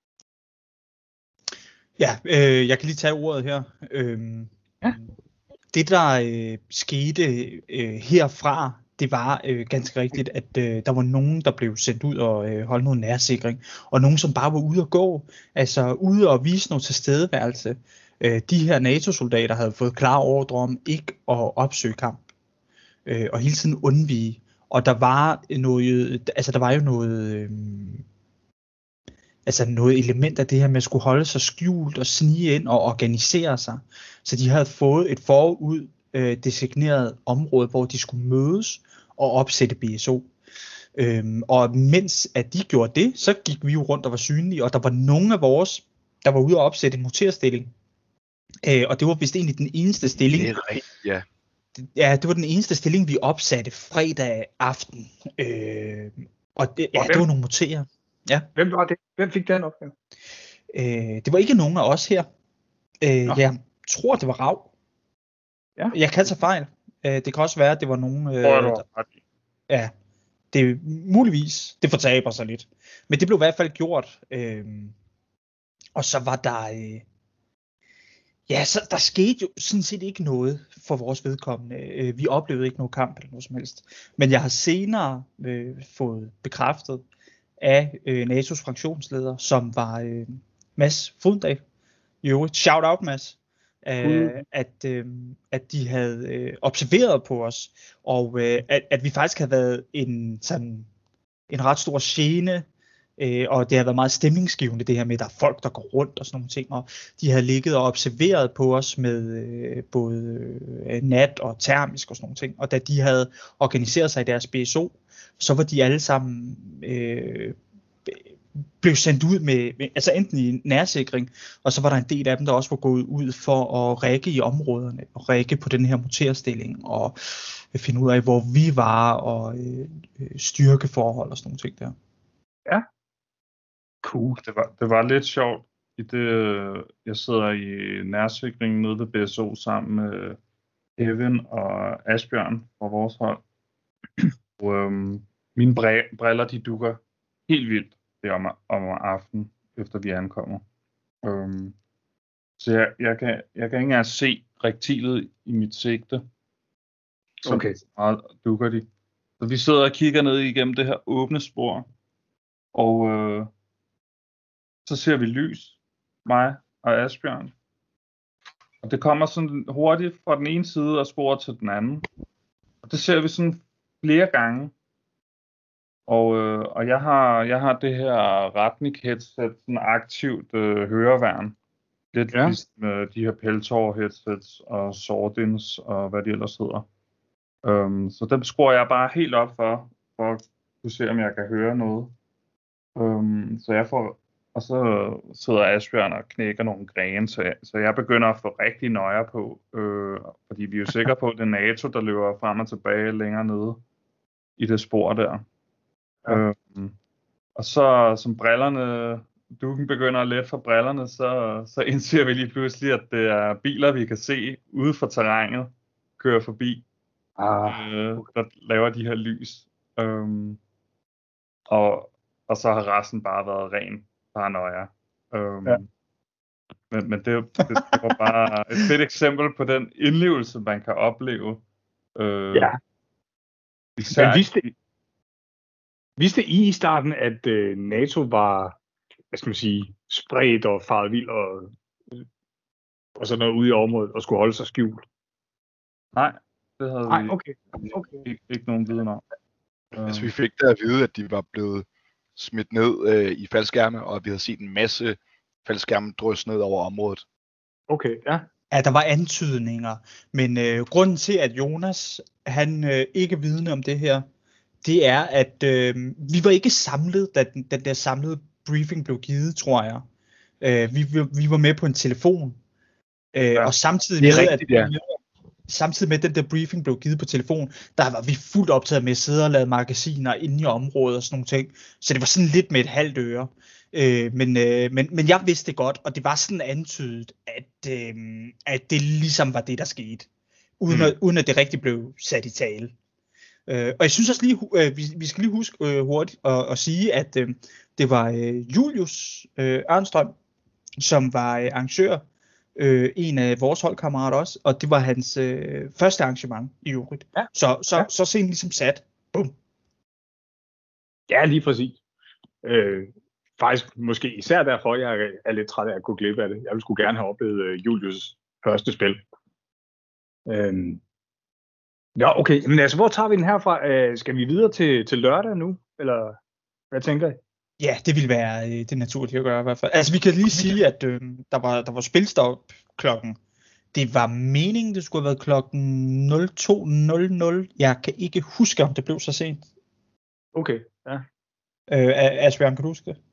Ja, øh, jeg kan lige tage ordet her. Øh, ja. Det der øh, skete øh, herfra, det var øh, ganske rigtigt, at øh, der var nogen, der blev sendt ud og øh, holde noget nærsikring, og nogen, som bare var ude at gå, altså ude og vise noget tilstedeværelse. Øh, de her NATO-soldater havde fået klar ordre om ikke at opsøge kamp, øh, og hele tiden undvige. Og der var noget, altså der var jo noget, øh, altså noget element af det her med at skulle holde sig skjult og snige ind og organisere sig. Så de havde fået et forud øh, designeret område, hvor de skulle mødes og opsætte B S O. Øhm, og mens at de gjorde det, så gik vi jo rundt og var synlige, og der var nogle af vores, der var ude og opsætte en motorstilling. Øh, og det var vist egentlig den eneste stilling. Det er rigtigt, ja. Ja, det var den eneste stilling, vi opsatte fredag aften. Øh, og det, ja, det var nogle motorer. Ja. Hvem var det? Hvem fik den opgave? Øh, det var ikke nogen af os her. Øh, jeg tror, det var Rav. Ja. Jeg kan tage fejl. Øh, det kan også være, at det var nogen... Øh, Tror du der, ja, det er muligvis. Det fortaber sig lidt. Men det blev i hvert fald gjort. Øh, og så var der... Øh, ja, så der skete jo sådan set ikke noget for vores vedkommende. Øh, vi oplevede ikke noget kamp eller noget som helst. Men jeg har senere øh, fået bekræftet af øh, NATO's fraktionsleder, som var øh, Mads Fodendal. I øvrigt, shout out Mads. øh, at, øh, at de havde øh, observeret på os, og øh, at, at vi faktisk havde været en, sådan, en ret stor gene, øh, og det har været meget stemningsgivende, det her med, at der er folk, der går rundt og sådan nogle ting, og de havde ligget og observeret på os med øh, både øh, nat og termisk og sådan nogle ting, og da de havde organiseret sig i deres B S O, så var de alle sammen øh, blev sendt ud med, med, altså enten i nærsikring, og så var der en del af dem, der også var gået ud for at række i områderne, og række på den her motorstilling, og finde ud af, hvor vi var, og øh, styrkeforhold og sådan nogle ting der. Ja. Cool. Det var, det var lidt sjovt, i det, jeg sidder i nærsikringen nede ved B S O sammen med Evan og Asbjørn fra vores hold. Og, øhm, mine bre- briller, de dukker helt vildt det om, om aftenen, efter vi ankommer. Øhm, så jeg, jeg, kan, jeg kan ikke engang se rektilet i mit sigte. Så okay. meget dukker de. Så vi sidder og kigger ned igennem det her åbne spor, og øh, så ser vi lys, mig og Asbjørn. Og det kommer sådan hurtigt fra den ene side af sporet til den anden. Og det ser vi sådan flere gange. Og, øh, og jeg har jeg har det her Ratnik headset, sådan aktivt øh, høreværn. Lidt ja. Ligesom øh, de her Peltor headsets og Sordins og hvad de ellers hedder. Um, så dem skruer jeg bare helt op for, for at kunne se, om jeg kan høre noget. Um, så jeg får, og så sidder Asbjørn og knækker nogle grene, så jeg, så jeg begynder at få rigtig nøje på, øh, fordi vi er jo sikre på, at det er NATO, der løber frem og tilbage længere nede i det spor der. Ja. Um, og så som brillerne, duken begynder at lette for brillerne, så, så indser vi lige pludselig, at det er biler, vi kan se ude for terrænet, kører forbi. Ah. Øh, der laver de her lys. Um, og, og så har resten bare været ren paranoia. Um, ja. Men, men det, det, det var bare et fedt eksempel på den indlevelse, man kan opleve. Uh, ja. Især men vidste, vidste I i starten, at uh, NATO var, hvad skal man sige, spredt og faret vild og, og sådan noget ude i området og skulle holde sig skjult? Nej. Det havde Ej, vi okay. Okay. Ikke, ikke nogen viden om. Altså vi fik da at vide, at de var blevet smidt ned øh, i faldskærme, og vi havde set en masse faldskærme drøs ned over området. Okay, ja. Ja, der var antydninger, men øh, grunden til, at Jonas han øh, ikke er vidne om det her, det er, at øh, vi var ikke samlet, da den, den der samlede briefing blev givet, tror jeg. Øh, vi, vi var med på en telefon, øh, ja. Og samtidig med, rigtigt, at ja. Samtidig med, at den der briefing blev givet på telefon, der var vi fuldt optaget med at sidde og lave magasiner inde i området og sådan nogle ting. Så det var sådan lidt med et halvt øre. Øh, men, øh, men, men jeg vidste det godt, og det var sådan antydet, at, øh, at det ligesom var det, der skete. Uden, mm. at, uden at det rigtig blev sat i tale. Øh, og jeg synes også lige, øh, vi, vi skal lige huske øh, hurtigt at, at sige, at øh, det var øh, Julius øh, Ørnstrøm, som var øh, arrangør. Øh, en af vores holdkammerater også, og det var hans øh, første arrangement i øvrigt. Ja. Så, så, ja. så scenen ligesom sat. Bum. Ja, lige præcis. Øh, faktisk måske især derfor, jeg er lidt træt af at gå glip af det. Jeg ville sgu gerne have oplevet øh, Julius' første spil. Øh, ja, okay. Men altså, hvor tager vi den herfra? Øh, skal vi videre til, til lørdag nu? Eller hvad tænker I? Ja, det ville være øh, det naturlige at gøre i hvert fald. Altså vi kan lige sige, at øh, der var der var spilstop klokken. Det var meningen, det skulle have været klokken nul to nul nul. Jeg kan ikke huske, om det blev så sent. Okay, ja. Øh, Asbjørn, kan du huske det?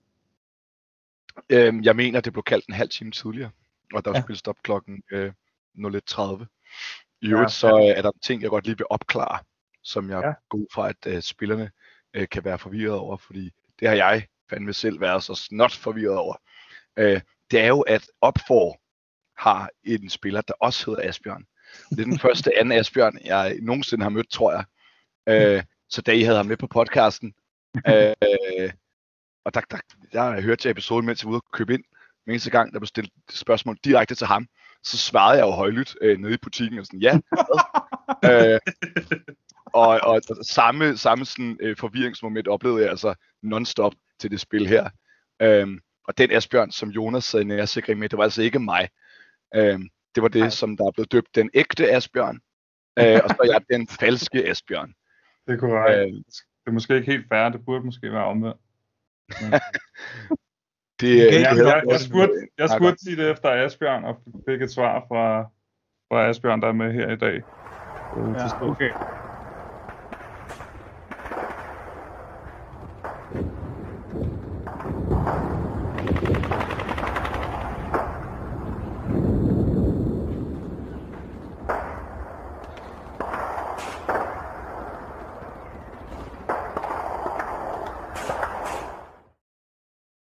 Øhm, jeg mener, det blev kaldt en halv time tidligere, og der var ja. spilstop klokken øh, nul et tredive. I øvrigt ja. så øh, er der ting, jeg godt lige vil opklare, som jeg ja. går ud fra, at øh, spillerne øh, kan være forvirret over, fordi det har jeg fandme selv været så snot forvirret over. Øh, det er jo, at Opfor har en spiller, der også hedder Asbjørn. Det er den første anden Asbjørn, jeg nogensinde har mødt, tror jeg. Øh, så da I havde ham med på podcasten, øh, og der, der, der har jeg hørt til episoden, mens jeg var ude og købe ind. Men eneste gang, der blev stillet spørgsmål direkte til ham, så svarede jeg jo højlydt øh, nede i butikken, og sådan, ja, øh, og, og, og samme, samme sådan, øh, forvirringsmoment oplevede jeg altså non-stop til det spil her. Øhm, og den Asbjørn, som Jonas sad i nærsikring med, det var altså ikke mig. Øhm, Det var det, Nej. som der er blevet døbt den ægte Asbjørn. øh, og så er jeg den falske Asbjørn. Det er korrekt. Øh, Det er måske ikke helt fair, det burde måske være omvendt. Men... det, Jeg- det jeg, hedder jeg, jeg også- spurgte, jeg Nej, spurgte sige det efter Asbjørn, og fik et svar fra, fra Asbjørn, der er med her i dag. Øh, til Ja, stå. okay.